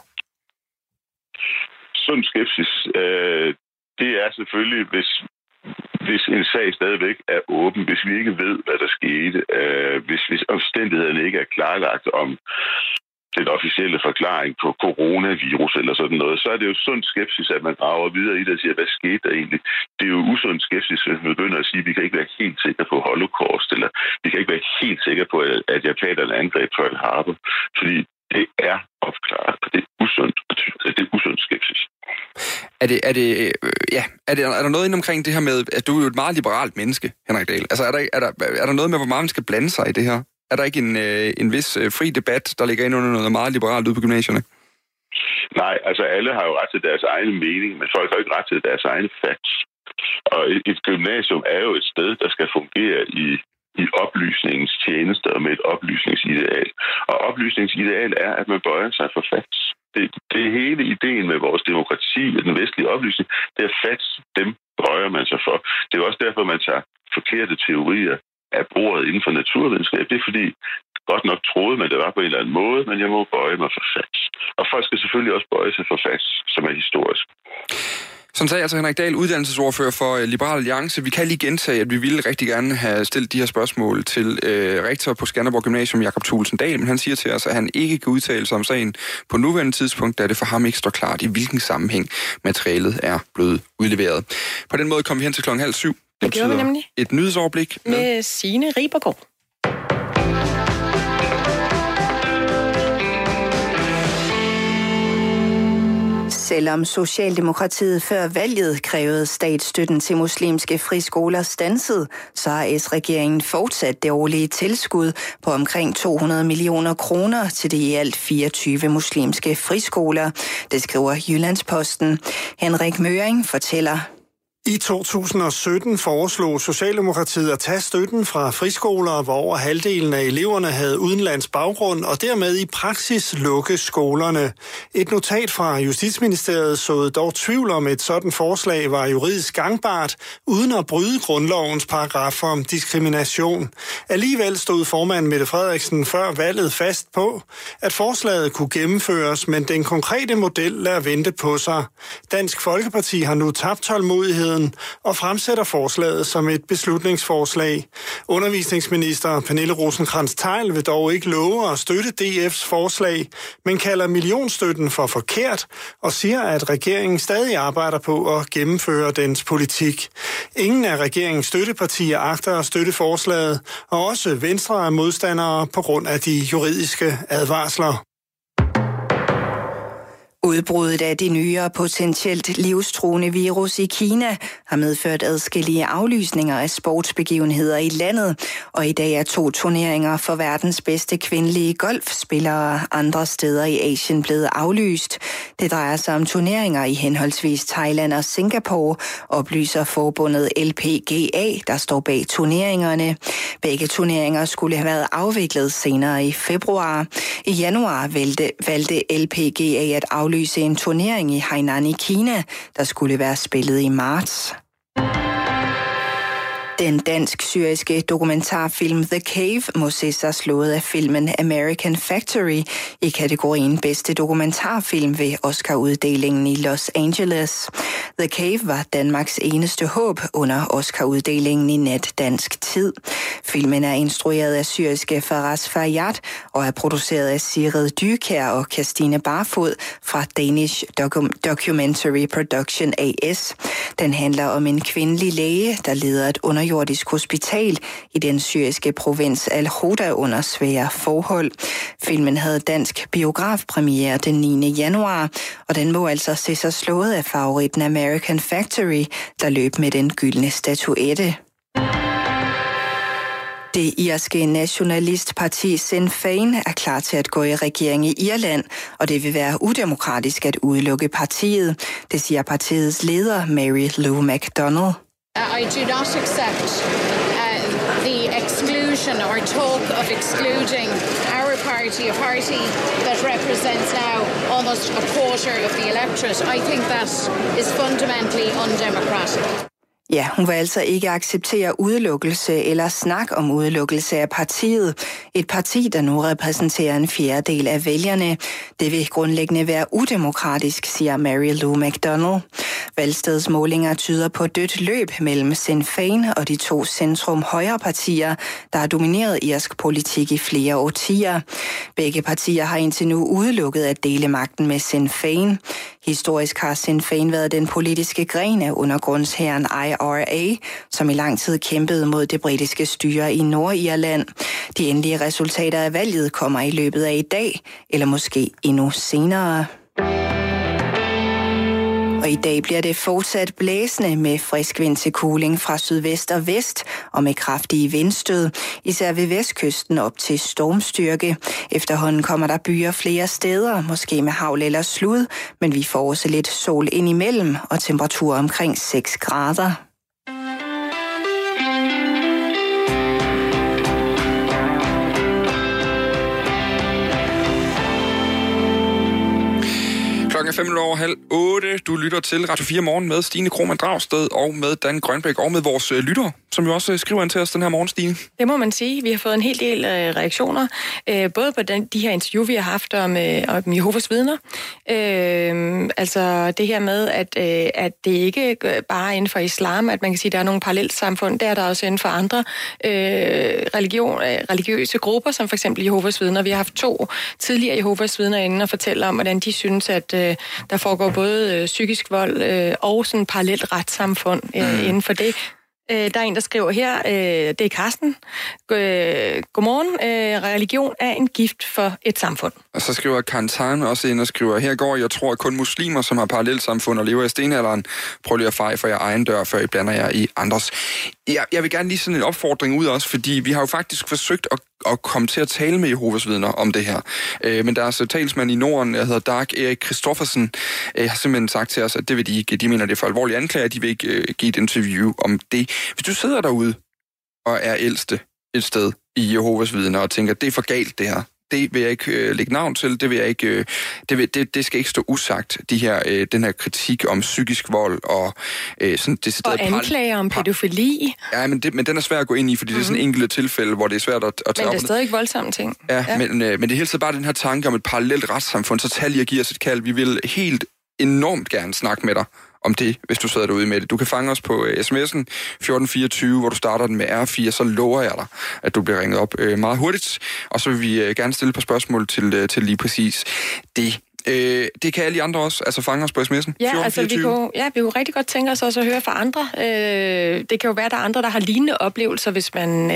Sund skepsis, det er selvfølgelig, hvis en sag stadigvæk er åben, hvis vi ikke ved, hvad der skete, hvis omstændighederne ikke er klarlagt om den officielle forklaring på coronavirus eller sådan noget, så er det jo sund skepsis, at man graver videre i det og siger, hvad skete der egentlig? Det er jo usund skepsis, hvis man begynder at sige, at vi kan ikke være helt sikre på Holocaust, eller vi kan ikke være helt sikre på, at japanerne angreb Pearl Harbor, fordi det er opklaret, og det er usundt, det er usund skepsis. Er der noget inde omkring det her med, at du er jo et meget liberalt menneske, Henrik Dahl? Altså er der noget med, hvor meget man skal blande sig i det her? Er der ikke en vis fri debat, der ligger ind under noget meget liberalt ude på gymnasierne? Nej, altså alle har jo ret til deres egen mening, men folk har ikke ret til deres egne facts. Og et gymnasium er jo et sted, der skal fungere i oplysningens tjeneste og med et oplysningsideal. Og oplysningsideal er, at man bøjer sig for facts. det er hele ideen med vores demokrati og den vestlige oplysning, det er fat, dem bøjer man sig for. Det er også derfor, man tager forkerte teorier af bordet inden for naturvidenskab. Det er fordi, godt nok troede man, det var på en eller anden måde, men jeg må bøje mig for facts. Og folk skal selvfølgelig også bøje sig for facts, som er historisk. Sådan sagde altså Henrik Dahl, uddannelsesordfører for Liberal Alliance. Vi kan lige gentage, at vi ville rigtig gerne have stillet de her spørgsmål til rektor på Skanderborg Gymnasium, Jakob Thulesen Dahl, men han siger til os, at han ikke kan udtale sig om sagen på nuværende tidspunkt, da det for ham ikke står klart, i hvilken sammenhæng materialet er blevet udleveret. På den måde kom vi hen til 6:30. Det gjorde vi nemlig. Et nyhedsoverblik med Signe Ribergaard. Selvom Socialdemokratiet før valget krævede statsstøtten til muslimske friskoler standset, så har S-regeringen fortsat det årlige tilskud på omkring 200 millioner kroner til de i alt 24 muslimske friskoler. Det skriver Jyllandsposten. Henrik Møring fortæller. I 2017 foreslog Socialdemokratiet at tage støtten fra friskoler, hvor over halvdelen af eleverne havde udenlandsk baggrund, og dermed i praksis lukke skolerne. Et notat fra Justitsministeriet såede dog tvivl om et sådan forslag var juridisk gangbart, uden at bryde grundlovens paragraffer om diskrimination. Alligevel stod formand Mette Frederiksen før valget fast på, at forslaget kunne gennemføres, men den konkrete model lader vente på sig. Dansk Folkeparti har nu tabt tålmodigheden og fremsætter forslaget som et beslutningsforslag. Undervisningsminister Pernille Rosenkrantz-Theil vil dog ikke love at støtte DF's forslag, men kalder millionstøtten for forkert og siger, at regeringen stadig arbejder på at gennemføre dens politik. Ingen af regeringens støttepartier agter at støtte forslaget, og også Venstre er modstandere på grund af de juridiske advarsler. Udbruddet af det nye og potentielt livstruende virus i Kina har medført adskillige aflysninger af sportsbegivenheder i landet, og i dag er 2 turneringer for verdens bedste kvindelige golfspillere andre steder i Asien blevet aflyst. Det drejer sig om turneringer i henholdsvis Thailand og Singapore, oplyser forbundet LPGA, der står bag turneringerne. Begge turneringer skulle have været afviklet senere i februar. I januar valgte LPGA at aflyse en turnering i Hainan i Kina, der skulle være spillet i marts. Den dansk-syriske dokumentarfilm The Cave må se sig slået af filmen American Factory i kategorien bedste dokumentarfilm ved Oscar-uddelingen i Los Angeles. The Cave var Danmarks eneste håb under Oscar-uddelingen i nat dansk tid. Filmen er instrueret af syriske Faraz Fayyad og er produceret af Sigrid Dyrkjær og Kirstine Barfod fra Danish Documentary Production AS. Den handler om en kvindelig læge, der leder et underjordisk hospital i den syriske provins Al-Hoda under svære forhold. Filmen havde dansk biografpremiere den 9. januar, og den må altså se sig slået af favoritten American Factory, der løb med den gyldne statuette. Det irske nationalistparti Sinn Féin er klar til at gå i regering i Irland, og det vil være udemokratisk at udelukke partiet. Det siger partiets leder Mary Lou McDonald. I do not accept the exclusion or talk of excluding our party, a party that represents now almost a quarter of the electorate. I think that is fundamentally undemocratic. Ja, hun vil altså ikke acceptere udelukkelse eller snak om udelukkelse af partiet. Et parti, der nu repræsenterer en fjerdedel af vælgerne. Det vil grundlæggende være udemokratisk, siger Mary Lou McDonald. Valgstedsmålinger tyder på dødt løb mellem Sinn Féin og de 2 centrum-højre-partier, der har domineret irsk politik i flere årtier. Begge partier har indtil nu udelukket at dele magten med Sinn Féin. Historisk har Sinn Féin været den politiske gren af undergrundshæren IRA, som i lang tid kæmpede mod det britiske styre i Nordirland. De endelige resultater af valget kommer i løbet af i dag, eller måske endnu senere. Og i dag bliver det fortsat blæsende med frisk vind til kuling fra sydvest og vest og med kraftige vindstød, især ved vestkysten op til stormstyrke. Efterhånden kommer der byer flere steder, måske med hagl eller slud, men vi får også lidt sol indimellem og temperaturer omkring 6 grader. 7:05. Du lytter til Radio 4 Morgen med Stine Krohmann Dragsted og med Dan Grønbæk og med vores lyttere, som jo også skriver ind til os den her morgen, Stine. Det må man sige. Vi har fået en hel del reaktioner, både på de her interview, vi har haft om Jehovas vidner. Altså det her med, at det ikke bare er inden for islam, at man kan sige, at der er nogle parallelt samfund. Det er der også inden for andre religiøse grupper, som for eksempel Jehovas vidner. Vi har haft 2 tidligere Jehovas vidner inde og fortælle om, hvordan de synes, at der foregår både psykisk vold og sådan parallelt retssamfund inden for det. Der er en, der skriver her, det er Carsten. Godmorgen, religion er en gift for et samfund. Og så skriver Kantan også ind og skriver, her går, jeg tror, at kun muslimer, som har parallelsamfund og lever i stenalderen, prøv lige at feje for jer egen dør, før I blander jer i andres. Jeg vil gerne lige sådan en opfordring ud også, fordi vi har jo faktisk forsøgt at komme til at tale med Jehovas vidner om det her. Men deres talsmand i Norden, der hedder Dag Erik Kristoffersen, har simpelthen sagt til os, at det vil de ikke. De mener, det er for alvorlige anklager, de vil ikke give et interview om det. Hvis du sidder derude og er ældste et sted i Jehovas vidner og tænker, det er for galt det her, det vil jeg ikke lægge navn til, det vil jeg ikke, det skal ikke stå usagt, den her kritik om psykisk vold og sådan det og anklager om pædofili. Ja, men den er svær at gå ind i, fordi det er sådan enkelte tilfælde, hvor det er svært at tage op. Men det er stadig ikke voldsomme ting. Ja. Men det er hele tiden bare den her tanke om et parallelt retssamfund, så tal og giver os et kald. Vi vil helt enormt gerne snakke med dig om det, hvis du sidder derude med det. Du kan fange os på sms'en 1424, hvor du starter den med R4, så lover jeg dig, at du bliver ringet op meget hurtigt, og så vil vi gerne stille et par spørgsmål til lige præcis det. Det kan alle andre også, altså fange os på sms'en. Ja, altså vi kunne rigtig godt tænke os også at høre fra andre. Det kan jo være, der er andre, der har lignende oplevelser, hvis man...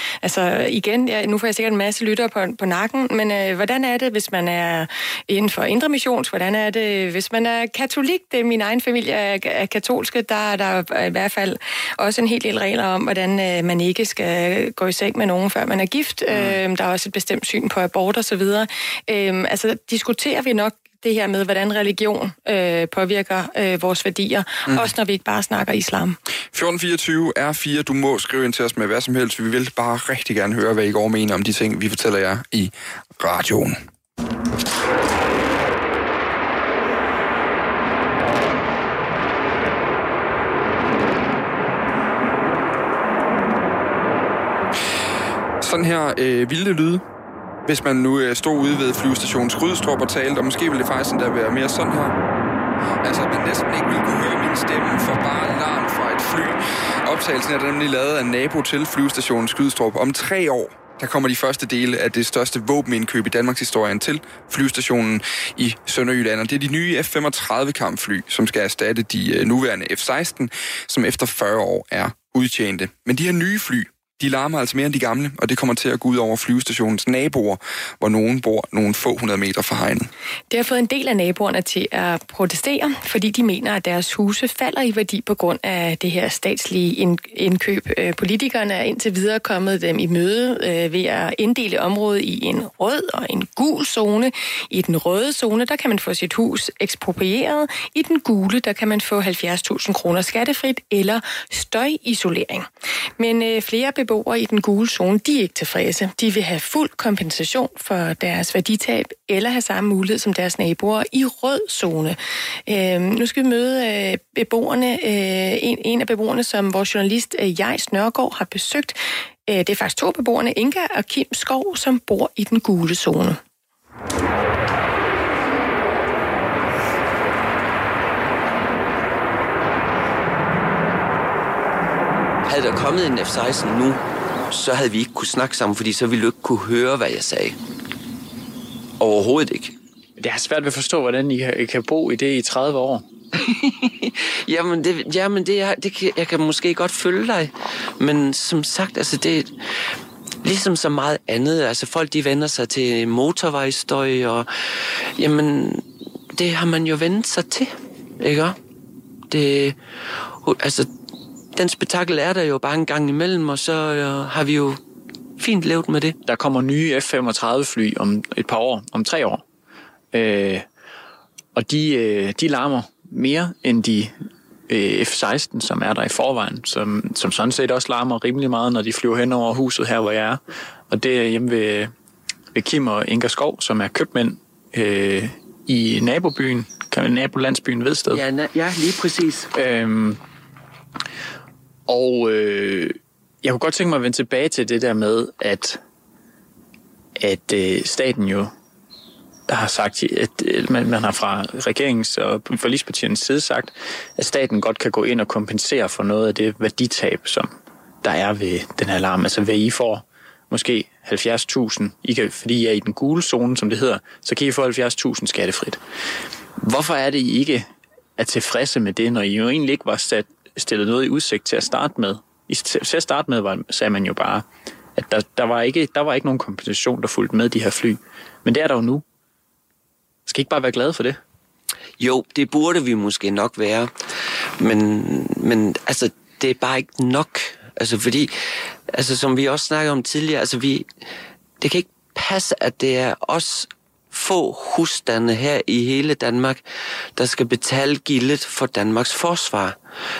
nu får jeg sikkert en masse lyttere på nakken, men hvordan er det, hvis man er inden for indre missions? Hvordan er det, hvis man er katolik? Det er min egen familie er katolske. Der er der i hvert fald også en hel del regler om, hvordan man ikke skal gå i seng med nogen, før man er gift. Der er også et bestemt syn på abort og så videre. Diskuterer vi nok det her med, hvordan religion påvirker vores værdier, også når vi ikke bare snakker islam. 1424 R4, du må skrive ind til os med hvad som helst. Vi vil bare rigtig gerne høre, hvad I går mener om de ting, vi fortæller jer i radioen. Sådan her vilde lyde. Hvis man nu stod ude ved flyvestationen Skrydstrup og talte, og måske ville det faktisk endda være mere sådan her. Altså, man næsten ikke ville kunne høre min stemme for bare larm fra et fly. Optagelsen er nemlig lavet af nabo til flyvestationen Skrydstrup. Om 3 år, der kommer de første dele af det største våbenindkøb i Danmarks historie til flyvestationen i Sønderjylland. Og det er de nye F-35 kampfly, som skal erstatte de nuværende F-16, som efter 40 år er udtjente. Men de her nye fly, de larmer altså mere end de gamle, og det kommer til at gå ud over flyvestationens naboer, hvor nogen bor nogle få 100 meter fra hegnet. Det har fået en del af naboerne til at protestere, fordi de mener, at deres huse falder i værdi på grund af det her statslige indkøb. Politikerne er indtil videre kommet dem i møde ved at inddele området i en rød og en gul zone. I den røde zone, der kan man få sit hus eksproprieret. I den gule, der kan man få 70.000 kroner skattefrit eller støjisolering. Men flere beboere i den gule zone, de er ikke tilfredse. De vil have fuld kompensation for deres værditab, eller have samme mulighed som deres naboer i rød zone. Nu skal vi møde beboerne, en af beboerne, som vores journalist Jais Nørgaard har besøgt. Det er faktisk 2 beboerne, Inga og Kim Skov, som bor i den gule zone. Havde der kommet en F-16 nu, så havde vi ikke kunne snakke sammen, fordi så ville du ikke kunne høre, hvad jeg sagde. Overhovedet ikke. Det er svært ved at forstå, hvordan I kan bo i det i 30 år. Jeg kan måske godt følge dig. Men som sagt, altså det er ligesom så meget andet. Altså folk, de vender sig til motorvejsstøj, og jamen, det har man jo vendt sig til, ikke? Den spektakel er der jo bare en gang imellem, og så har vi jo fint levet med det. Der kommer nye F-35 fly om et par år, om 3 år. Og de larmer mere end de F-16, som er der i forvejen, som sådan set også larmer rimelig meget, når de flyver hen over huset her, hvor jeg er. Og det er hjemme ved Kim og Inga Skov, som er købmænd i nabobyen, nabolandsbyen Vedsted. Ja, lige præcis. Jeg kunne godt tænke mig at vende tilbage til det der med, at staten jo har sagt, at man har fra regeringens og forligspartiernes side sagt, at staten godt kan gå ind og kompensere for noget af det værditab, som der er ved den her alarm. Altså hvad I får måske 70.000, fordi I er i den gule zone, som det hedder, så kan I få 70.000 skattefrit. Hvorfor er det, I ikke er tilfredse med det, når I jo egentlig ikke var stillet noget i udsigt til at starte med? Til at starte med sagde man jo bare, at der var ikke nogen kompensation, der fulgte med de her fly. Men det er der jo nu. Skal I ikke bare være glade for det? Jo, det burde vi måske nok være. Men altså, det er bare ikke nok. Altså, fordi, altså, som vi også snakkede om tidligere, altså, det kan ikke passe, at det er os få husstande her i hele Danmark, der skal betale gildet for Danmarks forsvar.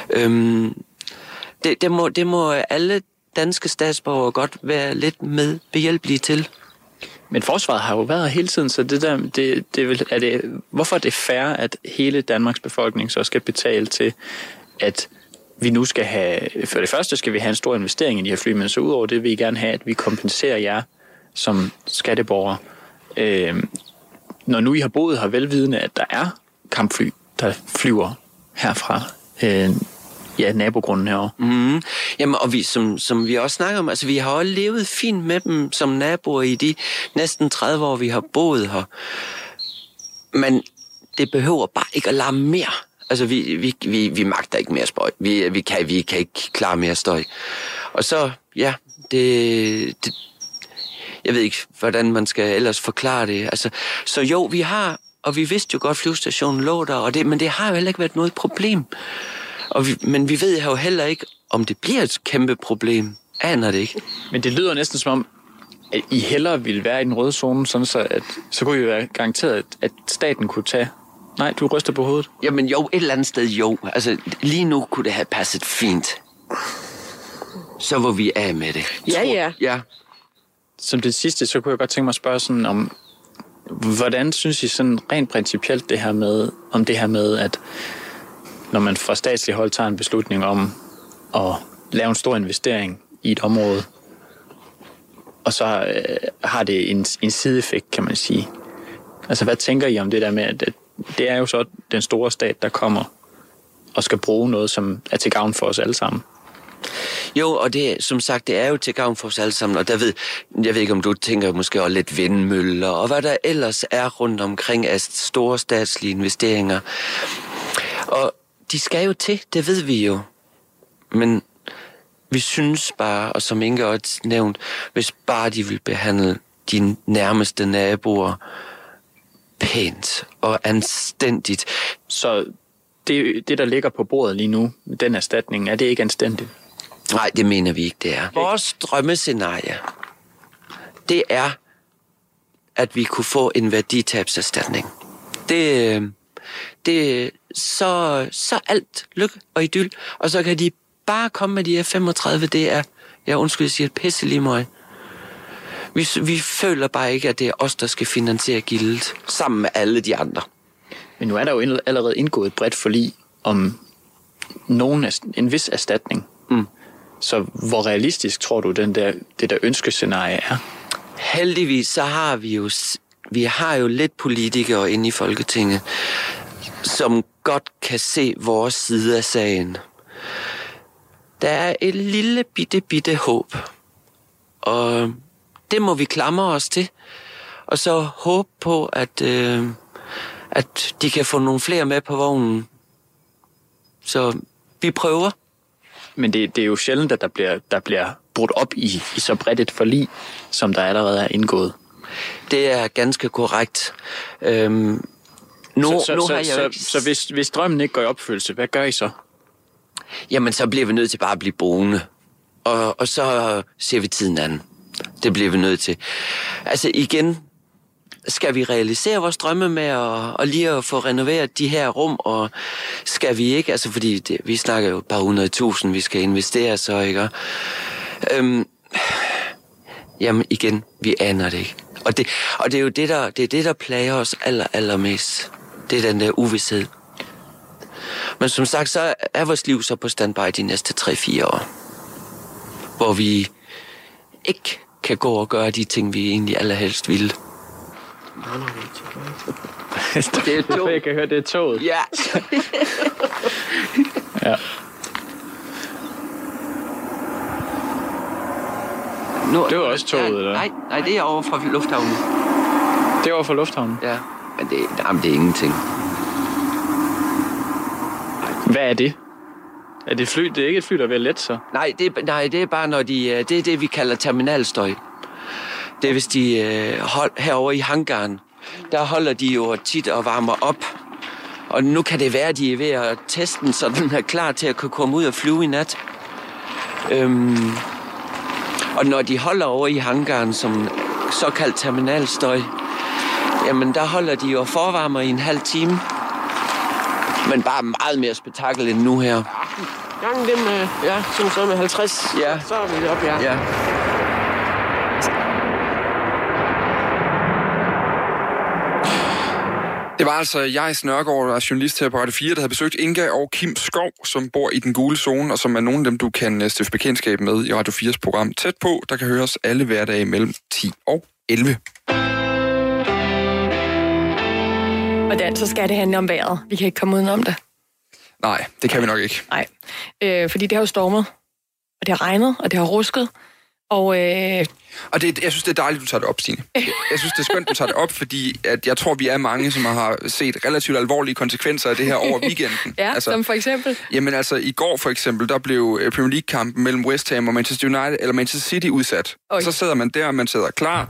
Det må alle danske statsborgere godt være lidt med behjælpelige til. Men forsvaret har jo været hele tiden, så hvorfor er det fair, at hele Danmarks befolkning så skal betale til, at vi nu skal have, for det første skal vi have en stor investering i de her fly, men så udover det vil I gerne have, at vi kompenserer jer som skatteborgere, når nu I har boet her velvidende, at der er kampfly, der flyver herfra, nabogrunden herovre. Mm. Jamen, og vi, som vi også snakker om, altså vi har også levet fint med dem som naboer i de næsten 30 år, vi har boet her. Men det behøver bare ikke at larme mere. Altså, vi magter ikke mere støj. Vi kan ikke klare mere støj. Og så, ja, det jeg ved ikke, hvordan man skal ellers forklare det. Altså, så jo, vi har, og vi vidste jo godt, flyvestationen lå der, men det har jo heller ikke været noget problem. Men vi ved jo heller ikke, om det bliver et kæmpe problem. Aner det ikke. Men det lyder næsten som om, at I hellere ville være i den røde zone, sådan så kunne I være garanteret, at staten kunne tage... Nej, du ryster på hovedet. Jamen jo, et eller andet sted jo. Altså, lige nu kunne det have passet fint. Så var vi af med det. Ja. Som det sidste, så kunne jeg godt tænke mig at spørge sådan om, hvordan synes I sådan rent principielt det her med, at når man fra statslig hold tager en beslutning om at lave en stor investering i et område, og så har det en sideeffekt, kan man sige. Altså, hvad tænker I om det der med, at det er jo så den store stat, der kommer og skal bruge noget, som er til gavn for os alle sammen? Jo, og det, som sagt, det er jo til gavn for os alle sammen, og jeg ved ikke, om du tænker måske også lidt vindmøller, og hvad der ellers er rundt omkring af store statslige investeringer. Og de skal jo til, det ved vi jo. Men vi synes bare, og som Inge også nævnt, hvis bare de vil behandle de nærmeste naboer pænt og anstændigt. Så det, der ligger på bordet lige nu, den erstatning, er det ikke anstændigt? Nej, det mener vi ikke, det er. Vores drømmescenarie, det er, at vi kunne få en værditabserstatning. Det er så alt lykke og idyl, og så kan de bare komme med de her 35, det er, jeg siger et pisse lige møg. Vi føler bare ikke, at det er os, der skal finansiere gildet, sammen med alle de andre. Men nu er der jo allerede indgået et bredt forlig om en vis erstatning. Mm. Så hvor realistisk tror du, det der ønskescenarie er? Heldigvis så har vi har jo lidt politikere inde i Folketinget, som godt kan se vores side af sagen. Der er et lille bitte håb, og det må vi klamre os til, og så håbe på, at de kan få nogle flere med på vognen. Så vi prøver. Men det er jo sjældent, at der bliver brudt op i så bredt et forlig, som der allerede er indgået. Det er ganske korrekt. Så hvis drømmen ikke går i opfyldelse, hvad gør I så? Jamen, så bliver vi nødt til bare at blive boende. Og så ser vi tiden an. Det bliver vi nødt til. Altså igen, skal vi realisere vores drømme med at lige at få renoveret de her rum, og skal vi ikke, altså fordi vi snakker jo bare 100.000, vi skal investere så, ikke? Jamen igen, vi aner det ikke. Og det er jo det der plager os allermest. Det er den der uvished. Men som sagt, så er vores liv så på standby de næste 3-4 år. Hvor vi ikke kan gå og gøre de ting, vi egentlig allerhelst ville. Det er toget. Jeg kan høre, det er toget. Ja. Ja. Nu, det var også toget, eller? Nej, det er over fra lufthavnen. Det er over fra lufthavnen? Ja, men det er ingenting. Hvad er det? Er det fly? Det er ikke et fly, der er ved at lette, så? Nej, det er bare, når det er det, vi kalder terminalstøj. Det er, hvis de herovre i hangaren, der holder de jo tit og varmer op. Og nu kan det være, at de er ved at teste den, så den er klar til at kunne komme ud og flyve i nat. Og når de holder over i hangaren som såkaldt terminalstøj, jamen der holder de jo forvarmer i en halv time. Men bare meget mere spektakel end nu her. Gangen dem med, så med 50, ja. Så er vi op, ja. Det var altså jeg, Snørgaard, der er journalist her på Radio 4, der havde besøgt Inga og Kim Skov, som bor i den gule zone, og som er nogle af dem, du kan stifte bekendtskab med i Radio 4's program Tæt på, der kan høres alle hverdage mellem 10 og 11. Hvordan så skal det handle om vejret? Vi kan ikke komme udenom det. Nej, det kan vi nok ikke. Nej, fordi det har jo stormet, og det har regnet, og det har rusket, og jeg synes, det er dejligt, du tager det op, Stine. Jeg synes, det er skønt, du tager det op, fordi at jeg tror, vi er mange, som har set relativt alvorlige konsekvenser af det her over weekenden. Ja, altså, som for eksempel? Jamen altså, i går for eksempel, der blev Premier League-kampen mellem West Ham og Manchester United, eller Manchester City udsat. Oj. Så sidder man der, man sidder klar.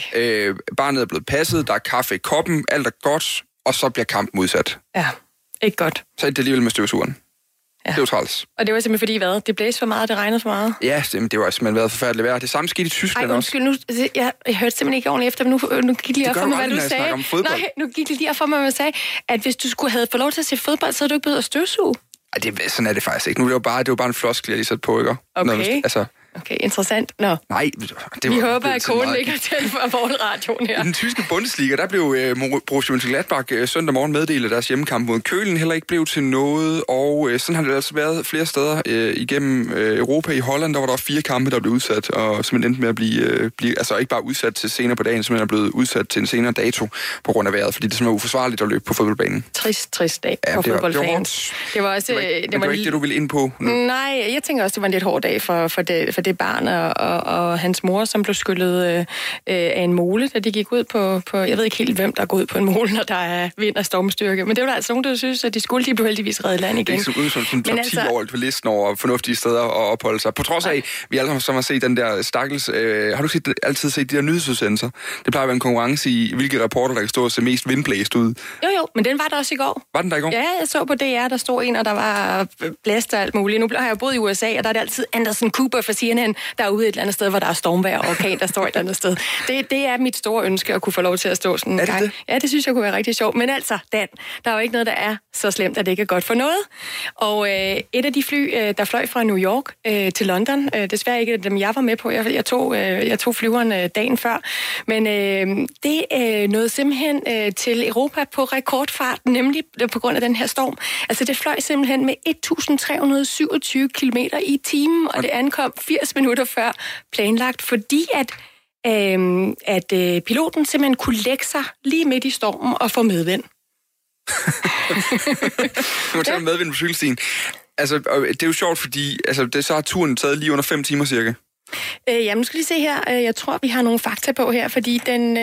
Barnet er blevet passet, der er kaffe i koppen, alt er godt, og så bliver kampen udsat. Ja, ikke godt. Så er det alligevel med støvsugeren. Ja. Det var træls. Og det var simpelthen fordi, hvad? Det blæste for meget, det regnede for meget? Ja, det var simpelthen været forfærdeligt vejr. Det samme skete i Tyskland også. Nu, jeg hørte simpelthen ikke ordentligt efter, men nu gik det lige op for mig, hvad du sagde. Nej, nu gik det lige op for mig, hvad du sagde. At hvis du skulle have fået lov til at se fodbold, så havde du ikke behøvet at støvsuge. Ej, sådan er det faktisk ikke. Nu er det jo bare en floskel, jeg lige sat på, ikke? Okay. Okay, interessant. Nå. Nej, vi håber, at koden ligger til for radioen her. I den tyske Bundesliga, der blev Borussia Mönchengladbach søndag morgen meddelt, at deres hjemmekamp mod Köln heller ikke blev til noget, og sådan har det altså været flere steder igennem Europa. I Holland, der var der 4 kampe, der blev udsat, og simpelthen endte med at blive altså ikke bare udsat til senere på dagen, simpelthen er blevet udsat til en senere dato på grund af vejret, fordi det er simpelthen uforsvarligt at løbe på fodboldbanen. Trist dag for fodboldfans. Det var også... Det var ikke det, du ville ind på nu. Nej, jeg tænker også, det var en lidt hård dag for det barn og hans mor, som blev skyllet af en mole, da de gik ud på jeg ved ikke helt, hvem der går ud på en mole, når der er vind og stormstyrke. Men det var der altså nogen, der synes, at de blev heldigvis reddet land igen. Det er ikke så ud som top 10 år på listen over fornuftige steder at opholde sig. På trods af, vi alle sammen har set den der stakkels... har du altid set de der nyhedsudsendelser? Det plejer at være en konkurrence i, hvilke rapporter, der kan stå og se mest vindblæst ud. Jo, men den var der også i går. Var den der i går? Ja, jeg så på DR, der stod en, og der var blæst og alt muligt. Nu har jeg boet i USA, og der er det altid Anderson Cooper for CNN, der er ude et eller andet sted, hvor der er stormvejr og orkan, der står et eller andet sted. Det er mit store ønske at kunne få lov til at stå sådan en gang. Det? Ja, det synes jeg kunne være rigtig sjovt. Men altså, Dan, der er jo ikke noget, der er så slemt, at det ikke er godt for noget. Og et af de fly, der fløj fra New York til London, desværre ikke dem, jeg var med på. Jeg tog flyveren dagen før. Men det nåede simpelthen til Europa på rekordfart, nemlig på grund af den her storm. Altså, det fløj simpelthen med 1.327 kilometer i timen, og det ankom 80 minutter før planlagt, fordi at piloten simpelthen kunne lægge sig lige midt i stormen og få medvind. Du må tage medvind på cykelstien. Altså, det er jo sjovt, fordi så har turen taget lige under 5 timer cirka. Jamen, nu skal lige se her. Jeg tror, vi har nogle fakta på her, fordi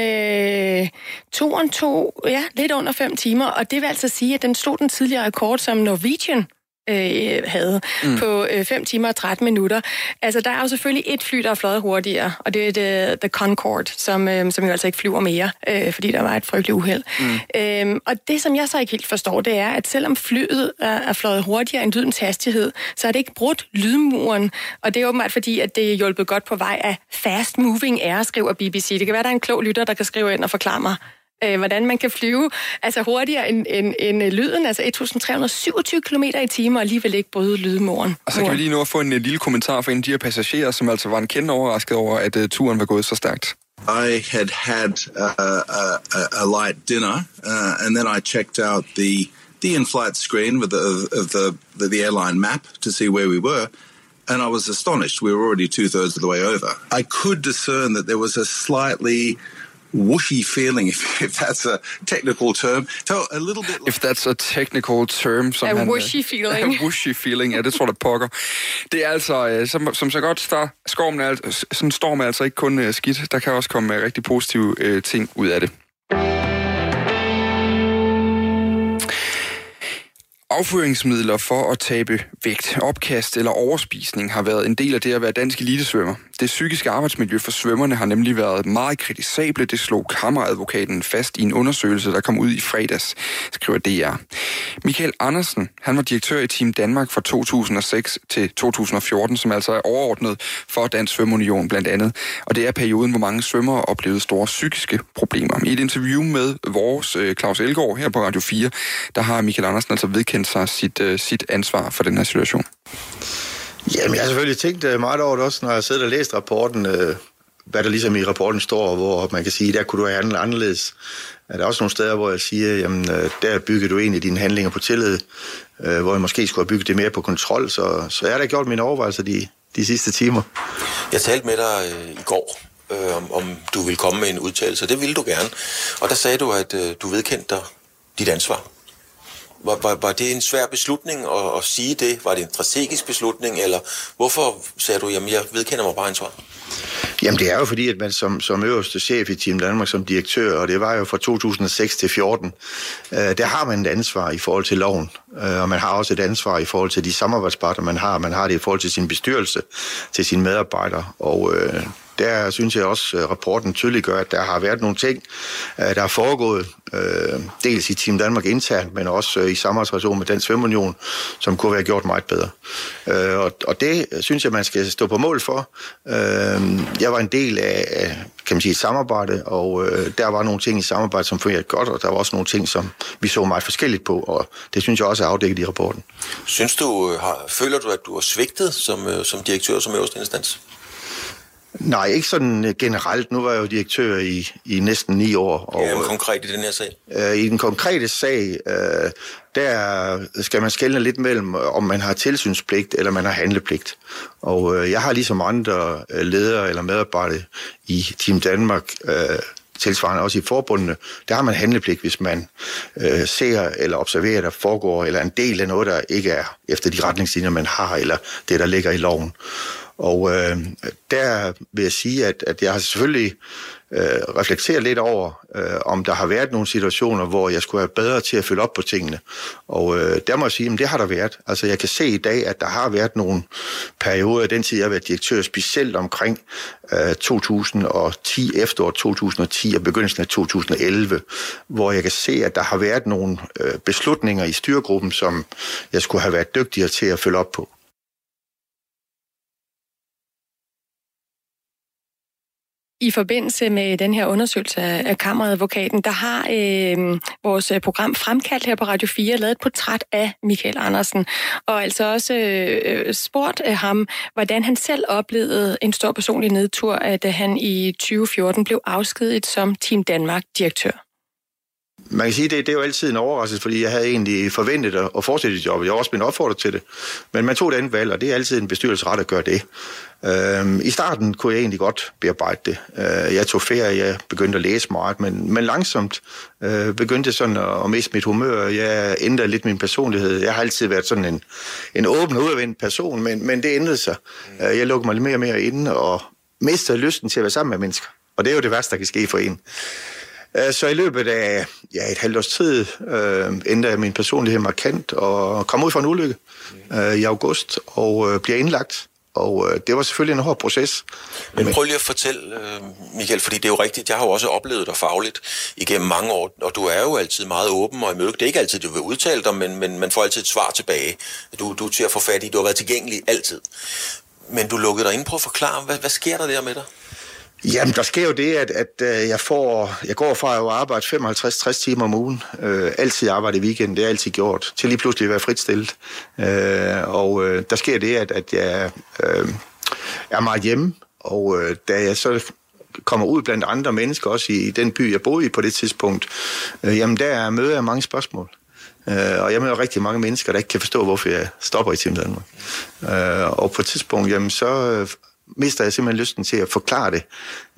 turen tog lidt under 5 timer, og det vil altså sige, at den slog den tidligere rekord, som Norwegian havde på 5 timer og 13 minutter. Altså, der er jo selvfølgelig et fly, der er fløjet hurtigere, og det er The Concorde, som jo altså ikke flyver mere, fordi der var et frygteligt uheld. Og det, som jeg så ikke helt forstår, det er, at selvom flyet er fløjet hurtigere end lydens hastighed, så er det ikke brudt lydmuren, og det er åbenbart fordi, at det er hjulpet godt på vej af fast moving air, skriver BBC. Det kan være, der er en klog lytter, der kan skrive ind og forklare mig, hvordan man kan flyve altså hurtigere end lyden, altså 1.327 km i timen, og alligevel ikke bryde lydmuren. Og så kan vi lige nå at få en lille kommentar fra en af de her passagerer, som altså var en kende overrasket over, at turen var gået så stærkt. I had a light dinner, and then I checked out the in-flight screen with the airline map to see where we were, and I was astonished. We were already 2/3 of the way over. I could discern that there was a slightly whooshy feeling, if that's a technical term. So a little bit. If that's a technical term, som a whooshy feeling. A whooshy feeling, ja, det tror jeg pokker. Det er altså, som så godt sådan en storm er altså ikke kun skidt. Der kan også komme rigtig positive ting ud af det. Afføringsmidler for at tabe vægt, opkast eller overspisning har været en del af det at være dansk elitesvømmer. Det psykiske arbejdsmiljø for svømmerne har nemlig været meget kritisabelt. Det slog kammeradvokaten fast i en undersøgelse, der kom ud i fredags, skriver DR. Michael Andersen, han var direktør i Team Danmark fra 2006 til 2014, som altså er overordnet for Dansk Svømmeunion blandt andet. Og det er perioden, hvor mange svømmere oplevede store psykiske problemer. I et interview med vores Claus Elgaard her på Radio 4, der har Michael Andersen altså vedkendt sig sit ansvar for den her situation. Jamen, jeg har selvfølgelig tænkt meget over det også, når jeg sidder og læst rapporten, hvad der ligesom i rapporten står, hvor man kan sige, der kunne du have handlet anderledes. Der er også nogle steder, hvor jeg siger, jamen, der bygger du egentlig dine handlinger på tillid, hvor jeg måske skulle have bygget det mere på kontrol, så jeg har da gjort mine overvejelser de sidste timer. Jeg talte med dig i går, om du ville komme med en udtalelse, det ville du gerne, og der sagde du, at du vedkendte dig dit ansvar. Var det en svær beslutning at sige det? Var det en strategisk beslutning, eller hvorfor sagde du, jamen jeg vedkender mig bare ansvar? Jamen det er jo fordi, at man som øverste chef i Team Danmark, som direktør, og det var jo fra 2006 til 2014, der har man et ansvar i forhold til loven, og man har også et ansvar i forhold til de samarbejdspartnere, man har. Man har det i forhold til sin bestyrelse, til sine medarbejdere, og der synes jeg også, at rapporten tydeligt gør, at der har været nogle ting, der er foregået, dels i Team Danmark internt, men også i samarbejdsrelation med Dansk Svømmeunion, som kunne være gjort meget bedre. Og det synes jeg, man skal stå på mål for. Jeg var en del af kan man sige, et samarbejde, og der var nogle ting i samarbejdet, som fungerede godt, og der var også nogle ting, som vi så meget forskelligt på, og det synes jeg også er afdækket i rapporten. Føler du, at du er svigtet som direktør, som øverste instans? Nej, ikke sådan generelt. Nu var jeg jo direktør i næsten 9 år. Og, ja, men konkret i den her sag? I den konkrete sag, der skal man skelne lidt mellem, om man har tilsynspligt eller man har handlepligt. Og jeg har ligesom andre ledere eller medarbejdere i Team Danmark, tilsvarende også i forbundene, der har man handlepligt, hvis man ser eller observerer, der foregår, eller en del af noget, der ikke er efter de retningslinjer, man har, eller det, der ligger i loven. Og der vil jeg sige, at jeg har selvfølgelig reflekteret lidt over, om der har været nogle situationer, hvor jeg skulle være bedre til at følge op på tingene. Og der må jeg sige, at det har der været. Altså jeg kan se i dag, at der har været nogle perioder i den tid, jeg har været direktør, specielt omkring 2010, efteråret 2010 og begyndelsen af 2011, hvor jeg kan se, at der har været nogle beslutninger i styregruppen, som jeg skulle have været dygtigere til at følge op på. I forbindelse med den her undersøgelse af kammeradvokaten, der har vores program Fremkaldt her på Radio 4 lavet et portræt af Michael Andersen, og altså også spurgt ham, hvordan han selv oplevede en stor personlig nedtur, da han i 2014 blev afskediget som Team Danmark-direktør. Man kan sige, det er jo altid en overraskelse, fordi jeg havde egentlig forventet at fortsætte i jobbet. Jeg har også blevet opfordret til det. Men man tog et andet valg, og det er altid en bestyrelsesret at gøre det. I starten kunne jeg egentlig godt bearbejde det. Jeg tog ferie, jeg begyndte at læse meget, men langsomt begyndte sådan at miste mit humør. Jeg ændrede lidt min personlighed. Jeg har altid været sådan en åben og udadvendt person, men det ændrede sig. Jeg lukkede mig lidt mere og mere inde og mistede lysten til at være sammen med mennesker. Og det er jo det værste, der kan ske for en. Så i løbet af et halvt års tid ændrede jeg min personlighed markant og kom ud fra en ulykke i august og bliver indlagt. Og det var selvfølgelig en hård proces. Men prøv lige at fortælle, Michael, fordi det er jo rigtigt, jeg har jo også oplevet dig fagligt igennem mange år, og du er jo altid meget åben og imødegående. Det er ikke altid, du vil udtale dig, men man får altid et svar tilbage. Du er til at få fat i, du har været tilgængelig altid. Men du lukkede dig ind på at forklare, hvad sker der der med dig? Jamen, der sker jo det, at jeg går fra at arbejde 55-60 timer om ugen, altid arbejde i weekenden, det har jeg altid gjort, til lige pludselig at være fritstillet. Og der sker det, at jeg er meget hjemme, og da jeg så kommer ud blandt andre mennesker, også i den by, jeg boede i på det tidspunkt, jamen der møder jeg mange spørgsmål. Og jeg møder rigtig mange mennesker, der ikke kan forstå, hvorfor jeg stopper i Team Danmark. Og på et tidspunkt, jamen så mister jeg simpelthen lysten til at forklare det.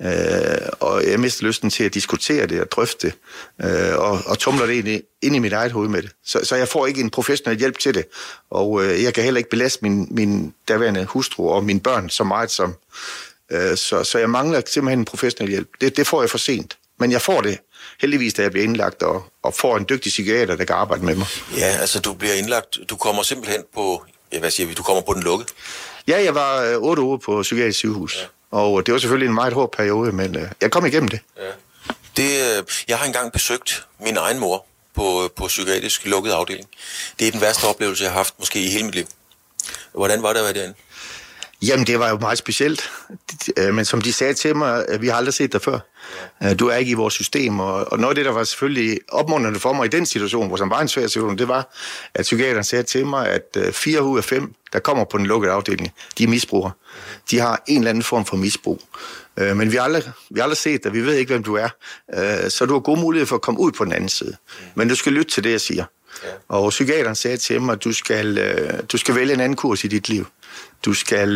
Og jeg mister lysten til at diskutere det og drøfte det. Og tumler det ind i mit eget hoved med det. Så jeg får ikke en professionel hjælp til det. Og jeg kan heller ikke belaste min daværende hustru og mine børn så meget som... Så jeg mangler simpelthen en professionel hjælp. Det får jeg for sent. Men jeg får det heldigvis, da jeg bliver indlagt og får en dygtig psykiater, der kan arbejde med mig. Ja, altså du bliver indlagt. Du kommer simpelthen på... Ja, hvad siger vi? Du kommer på den lukke? Ja, jeg var 8 uger på psykiatrisk sygehus. Ja. Og det var selvfølgelig en meget hård periode, men jeg kom igennem det. Ja. Jeg har engang besøgt min egen mor på psykiatrisk lukket afdeling. Det er den værste oplevelse, jeg har haft måske i hele mit liv. Hvordan var det at være derinde? Jamen, det var jo meget specielt. Men som de sagde til mig, vi har aldrig set dig før. Du er ikke i vores system. Og noget af det, der var selvfølgelig opmuntrende for mig i den situation, hvor som var en svær situation, det var, at psykiateren sagde til mig, at 4 ud af 5, der kommer på den lukkede afdeling, de er misbrugere. De har en eller anden form for misbrug. Men vi har aldrig set dig, vi ved ikke, hvem du er. Så du har god mulighed for at komme ud på den anden side. Men du skal lytte til det, jeg siger. Og psykiateren sagde til mig, at du skal vælge en anden kurs i dit liv. Du skal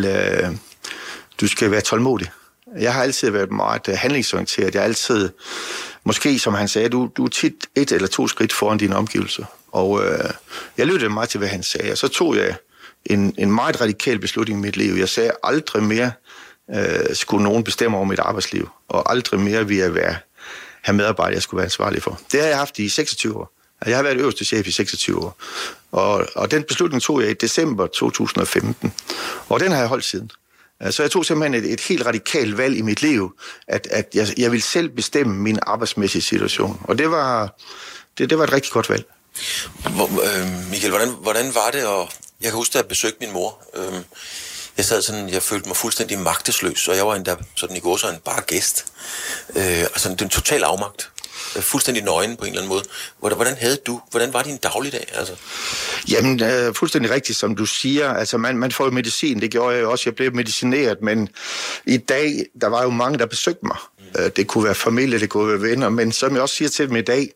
være tålmodig. Jeg har altid været meget handlingsorienteret. Jeg har altid, måske som han sagde, du er tit 1 eller 2 skridt foran dine omgivelser. Og jeg lyttede meget til, hvad han sagde. Og så tog jeg en meget radikal beslutning i mit liv. Jeg sagde, aldrig mere skulle nogen bestemme over mit arbejdsliv. Og aldrig mere vil jeg have medarbejdere, jeg skulle være ansvarlig for. Det har jeg haft i 26 år. Jeg har været øverste chef i 26 år. Og den beslutning tog jeg i december 2015. Og den har jeg holdt siden. Så jeg tog simpelthen et helt radikalt valg i mit liv, at jeg ville selv bestemme min arbejdsmæssige situation. Og det var et rigtig godt valg. Michael, hvordan var det? Og jeg kan huske, at jeg besøgte min mor. Jeg følte mig fuldstændig magtesløs, og jeg var endda sådan i går så en bare gæst. Altså den total afmagt. Fuldstændig nøgen på en eller anden måde. Hvordan var din dagligdag? Altså? Jamen, fuldstændig rigtigt, som du siger. Altså, man får jo medicin, det gjorde jeg jo også. Jeg blev medicineret, men i dag, der var jo mange, der besøgte mig. Det kunne være familie, det kunne være venner, men som jeg også siger til dem i dag,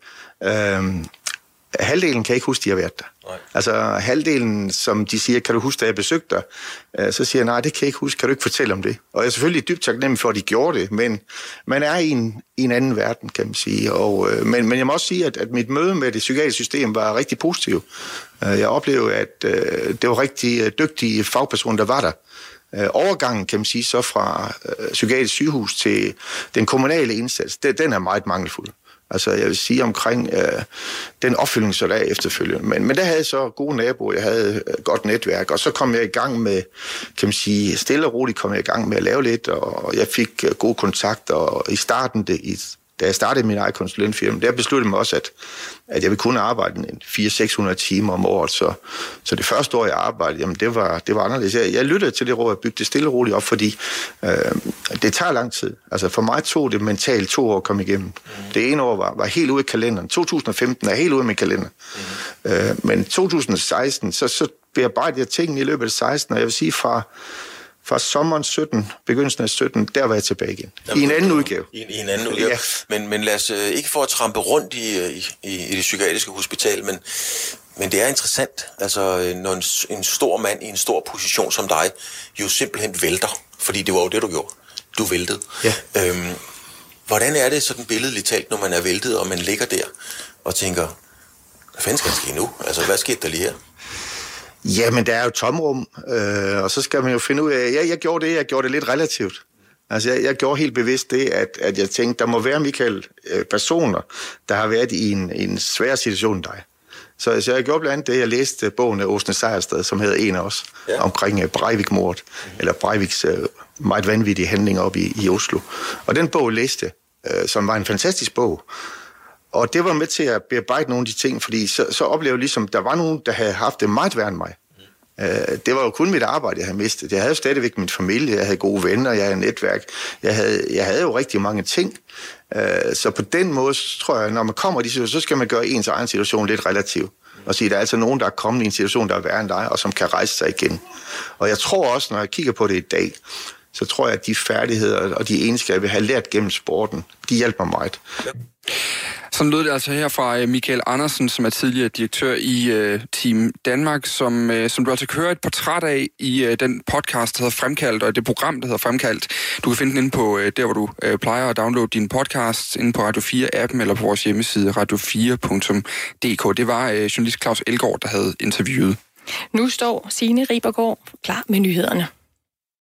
halvdelen kan ikke huske, de har været der. Nej. Altså halvdelen, som de siger, kan du huske, da jeg besøgte dig? Så siger jeg, nej, det kan jeg ikke huske, kan du ikke fortælle om det? Og jeg er selvfølgelig dybt taknemmelig for, at de gjorde det, men man er i en anden verden, kan man sige. Men jeg må også sige, at mit møde med det psykiatriske system var rigtig positivt. Jeg oplevede, at det var rigtig dygtige fagpersoner, der var der. Overgangen, kan man sige, så fra psykiatrisk sygehus til den kommunale indsats, den er meget mangelfuld. Altså, jeg vil sige omkring den opfyldning, så der er efterfølgende. Men der havde jeg så gode naboer, jeg havde godt netværk, og så kom jeg i gang med, kan man sige, stille og roligt kom jeg i gang med at lave lidt, og jeg fik gode kontakter, og i starten, da jeg startede min egen konsulentfirma, der besluttede jeg mig også, at jeg ville kunne arbejde 400-600 timer om året. Så det første år, jeg arbejdede, jamen det var anderledes. Jeg lyttede til det råd, at bygge det stille og roligt op, fordi det tager lang tid. Altså for mig tog det mentalt 2 år at komme igennem. Det ene år var helt ude i kalenderen. 2015 er helt ude af min kalender. Men 2016, så bearbejdede jeg tingene i løbet af 16, og jeg vil sige fra sommeren 17, begyndelsen af 17, der var jeg tilbage igen. I en anden udgave. I en anden udgave. Ja. Men lad os ikke få at trampe rundt i det psykiatriske hospital, men det er interessant, altså når en stor mand i en stor position som dig jo simpelthen vælter, fordi det var jo det, du gjorde. Du væltede. Ja. Hvordan er det sådan billedligt talt, når man er væltet, og man ligger der og tænker, hvad fanden skal der ske nu? Altså, hvad skete der lige her? Jamen, der er jo tomrum, og så skal man jo finde ud af, jeg gjorde det lidt relativt. Altså, jeg gjorde helt bevidst det, at jeg tænkte, der må være, Michael, personer, der har været i en svær situation end dig. Så jeg gjorde blandt andet det, jeg læste bogen af Åsne Sejersted, som hedder En af os, omkring Breivik-mordet, eller Breiviks meget vanvittige handlinger op i Oslo. Og den bog læste, som var en fantastisk bog. Og det var med til at bearbejde nogle af de ting, fordi så oplevede jeg ligesom, der var nogen, der havde haft det meget værre end mig. Det var jo kun mit arbejde, jeg havde mistet. Jeg havde jo stadigvæk min familie, jeg havde gode venner, jeg havde netværk. Jeg havde jo rigtig mange ting. Så på den måde, tror jeg, når man kommer i de situationer, så skal man gøre ens egen situation lidt relativ. Og sige, at der er altså nogen, der er kommet i en situation, der er værre end dig, og som kan rejse sig igen. Og jeg tror også, når jeg kigger på det i dag, så tror jeg, at de færdigheder og de egenskaber, jeg har lært gennem sporten, de hjælper mig meget. Sådan lød det altså her fra Michael Andersen, som er tidligere direktør i Team Danmark, som du altså kører et portræt af i den podcast, der hedder Fremkaldt, og det program, der hedder Fremkaldt. Du kan finde den inde på der, hvor du plejer at downloade dine podcasts, inde på Radio 4-appen eller på vores hjemmeside radio4.dk. Det var journalist Claus Elgaard, der havde interviewet. Nu står Signe Ribergaard klar med nyhederne.